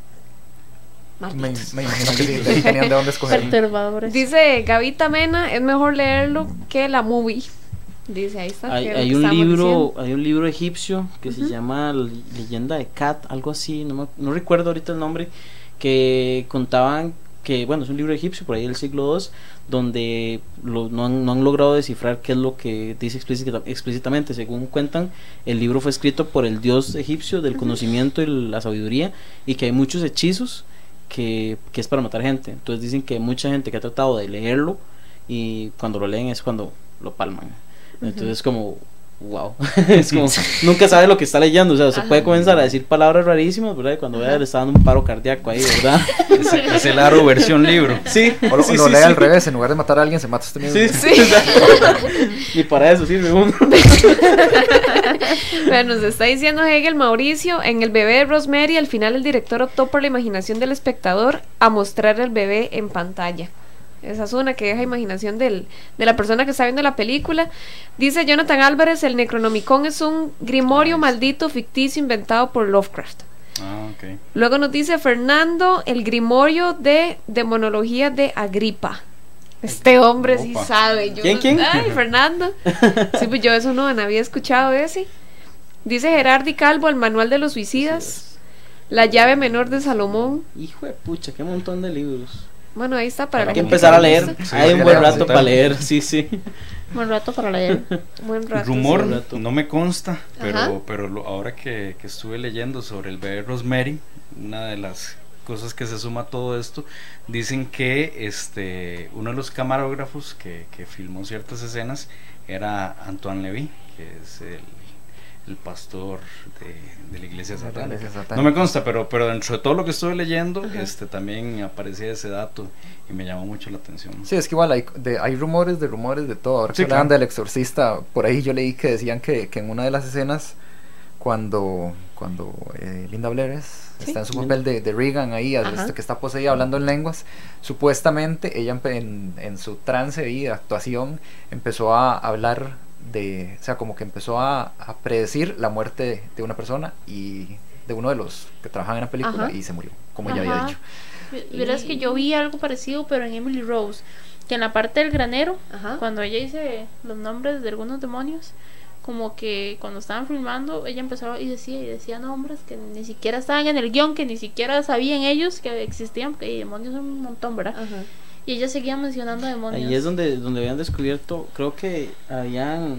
Me, me imagino que sí, ahí tenían de dónde escoger. Perturbadores. Dice Gavita Mena, es mejor leerlo que la movie. Dice, ahí está. Hay, hay un libro, hay un libro egipcio que uh-huh. se llama Leyenda de Kat, algo así, no, me, no recuerdo ahorita el nombre, que contaban que, bueno, es un libro egipcio por ahí del siglo dos, donde lo, no, han, no han logrado descifrar qué es lo que dice explícita, explícitamente. Según cuentan, el libro fue escrito por el dios egipcio del uh-huh. conocimiento y la sabiduría, y que hay muchos hechizos que, que es para matar gente. Entonces dicen que hay mucha gente que ha tratado de leerlo y cuando lo leen es cuando lo palman. Entonces uh-huh. como wow, es como nunca sabe lo que está leyendo, o sea, se puede comenzar a decir palabras rarísimas, ¿verdad? Y cuando vea le está dando un paro cardíaco ahí, ¿verdad? Es, es el aro versión libro. Sí. O lo, sí, lo sí, lee sí. al revés, en lugar de matar a alguien se mata usted mismo. Sí, sí. Y para eso sirve uno. Bueno, nos está diciendo Hegel Mauricio, en El bebé de Rosemary, al final el director optó por la imaginación del espectador a mostrar el bebé en pantalla. Esa es una que deja imaginación del, de la persona que está viendo la película. Dice Jonathan Álvarez, el Necronomicon es un grimorio maldito ficticio inventado por Lovecraft. Ah, okay. Luego nos dice Fernando, el grimorio de demonología de Agripa. Este hombre sí sabe. Yo ¿Quién, no, quién? Ay, Fernando. Sí, pues yo eso no, no había escuchado ese. Dice Gerardi Calvo, el manual de los suicidas. La llave menor de Salomón. Hijo de pucha, qué montón de libros. Bueno, ahí está para Hay la que gente empezar que a leer. Sí, Hay un sí, buen sí, rato sí, para leer, sí, sí. Buen rato para leer. Buen rato. Rumor, sí, rato. no me consta, pero, Ajá. pero lo, ahora que, que estuve leyendo sobre el bebé Rosemary, una de las cosas que se suma a todo esto, dicen que este uno de los camarógrafos que, que filmó ciertas escenas era Antoine Levy, que es el, el pastor de, de la iglesia satánica. No me consta, pero pero dentro de todo lo que estuve leyendo, uh-huh. este también aparecía ese dato y me llamó mucho la atención. Sí, es que igual hay, de, hay rumores de rumores de todo. Ahora que sí, hablaban claro. del exorcista, por ahí yo leí que decían que, que en una de las escenas, cuando, cuando eh, Linda Blair es, ¿sí? está en su papel de, de Regan ahí, este, que está poseída hablando en lenguas, supuestamente ella en, en su trance y de actuación empezó a hablar de, o sea, como que empezó a, a predecir la muerte de, de una persona y de uno de los que trabajaban en la película. Ajá. Y se murió, como Ajá. ella había dicho. Verás que yo vi algo parecido, pero en Emily Rose, que en la parte del granero, Ajá. cuando ella dice los nombres de algunos demonios, como que cuando estaban filmando, ella empezó y decía y decía nombres que ni siquiera estaban en el guión, que ni siquiera sabían ellos que existían, porque hay demonios son un montón, ¿verdad? Ajá. Y ella seguía mencionando demonios. Ahí es donde, donde habían descubierto, creo que habían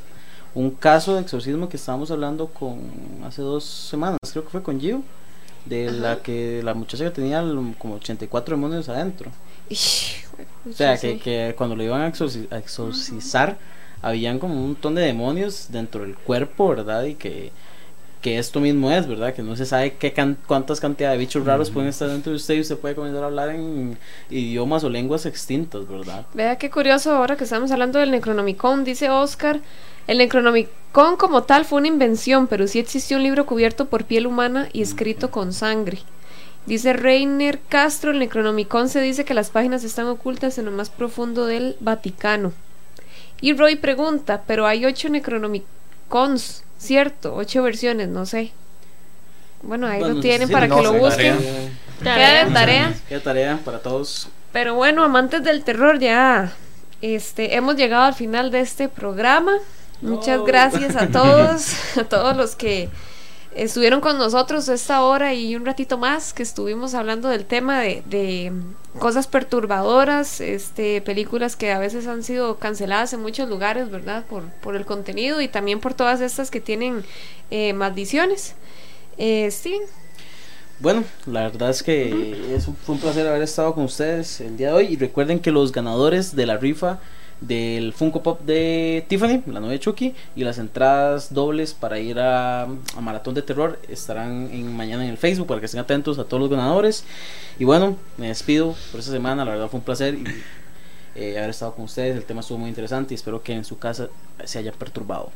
un caso de exorcismo que estábamos hablando con hace dos semanas, creo que fue con Gio, de Ajá. la que la muchacha que tenía como ochenta y cuatro demonios adentro. Ish, o sea, sí. que, que cuando lo iban a, exorci- a exorcizar, Ajá. habían como un montón de demonios dentro del cuerpo, ¿verdad? Y que que esto mismo es, ¿verdad? Que no se sabe qué can- cuántas cantidades de bichos raros uh-huh. pueden estar dentro de usted y usted puede comenzar a hablar en idiomas o lenguas extintas, ¿verdad? Vea qué curioso ahora que estamos hablando del Necronomicon, dice Oscar, el Necronomicon como tal fue una invención, pero sí existió un libro cubierto por piel humana y escrito uh-huh. con sangre. Dice Reiner Castro, el Necronomicon se dice que las páginas están ocultas en lo más profundo del Vaticano. Y Roy pregunta, pero hay ocho Necronomicons, ¿cierto? Ocho versiones, no sé. Bueno, ahí bueno, lo tienen sí, para no, que lo busquen. Queda de tarea. Queda tarea para todos. Pero bueno, amantes del terror, ya este, hemos llegado al final de este programa. No. Muchas gracias a todos, a todos los que estuvieron con nosotros esta hora y un ratito más que estuvimos hablando del tema de, de cosas perturbadoras, este, películas que a veces han sido canceladas en muchos lugares, ¿verdad? Por, por el contenido y también por todas estas que tienen eh, maldiciones. Eh, Steven. Bueno, la verdad es que uh-huh. es un, fue un placer haber estado con ustedes el día de hoy y recuerden que los ganadores de la rifa del Funko Pop de Tiffany, la novia de Chucky, y las entradas dobles para ir a, a Maratón de Terror estarán en, mañana en el Facebook para que estén atentos a todos los ganadores. Y bueno, me despido por esta semana, la verdad fue un placer y, eh, haber estado con ustedes. El tema estuvo muy interesante y espero que en su casa se haya perturbado.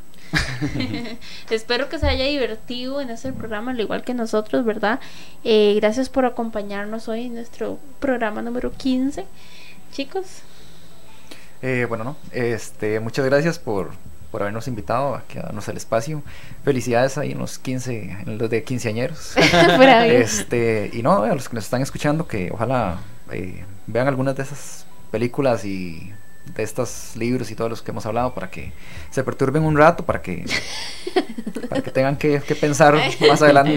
Espero que se haya divertido en este programa al igual que nosotros, ¿verdad? Eh, gracias por acompañarnos hoy en nuestro programa número quince, chicos. Eh, bueno, no, este, muchas gracias por, por habernos invitado aquí a darnos el espacio. Felicidades ahí en los quince, en los de quinceañeros. este, y no, a los que nos están escuchando, que ojalá eh, vean algunas de esas películas y de estos libros y todos los que hemos hablado para que se perturben un rato, para que para que tengan que, que pensar más adelante.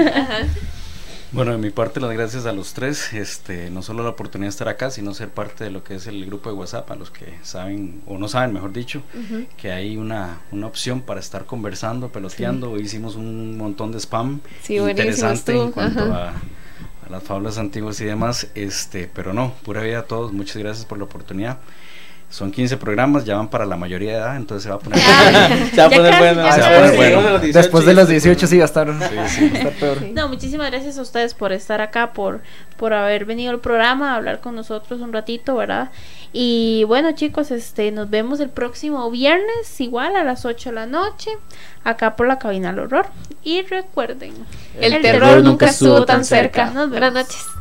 Bueno, de mi parte las gracias a los tres, este, no solo la oportunidad de estar acá, sino ser parte de lo que es el grupo de WhatsApp, a los que saben, o no saben, mejor dicho, uh-huh. que hay una, una opción para estar conversando, peloteando. Sí. Hoy hicimos un montón de spam sí, interesante en cuanto a, a las fábulas antiguas y demás, este, pero no, pura vida a todos, muchas gracias por la oportunidad. Son quince programas, ya van para la mayoría de edad, entonces se va a poner bueno. Se va a poner bueno. Se va a poner bueno. Después de los dieciocho sí va a estar, sí, sí, va a estar peor. Sí. No, muchísimas gracias a ustedes por estar acá, por, por haber venido al programa a hablar con nosotros un ratito, ¿verdad? Y bueno, chicos, este nos vemos el próximo viernes, igual a las ocho de la noche, acá por la Cabina del Horror. Y recuerden, el, el terror, terror nunca estuvo tan cerca. cerca. Buenas noches.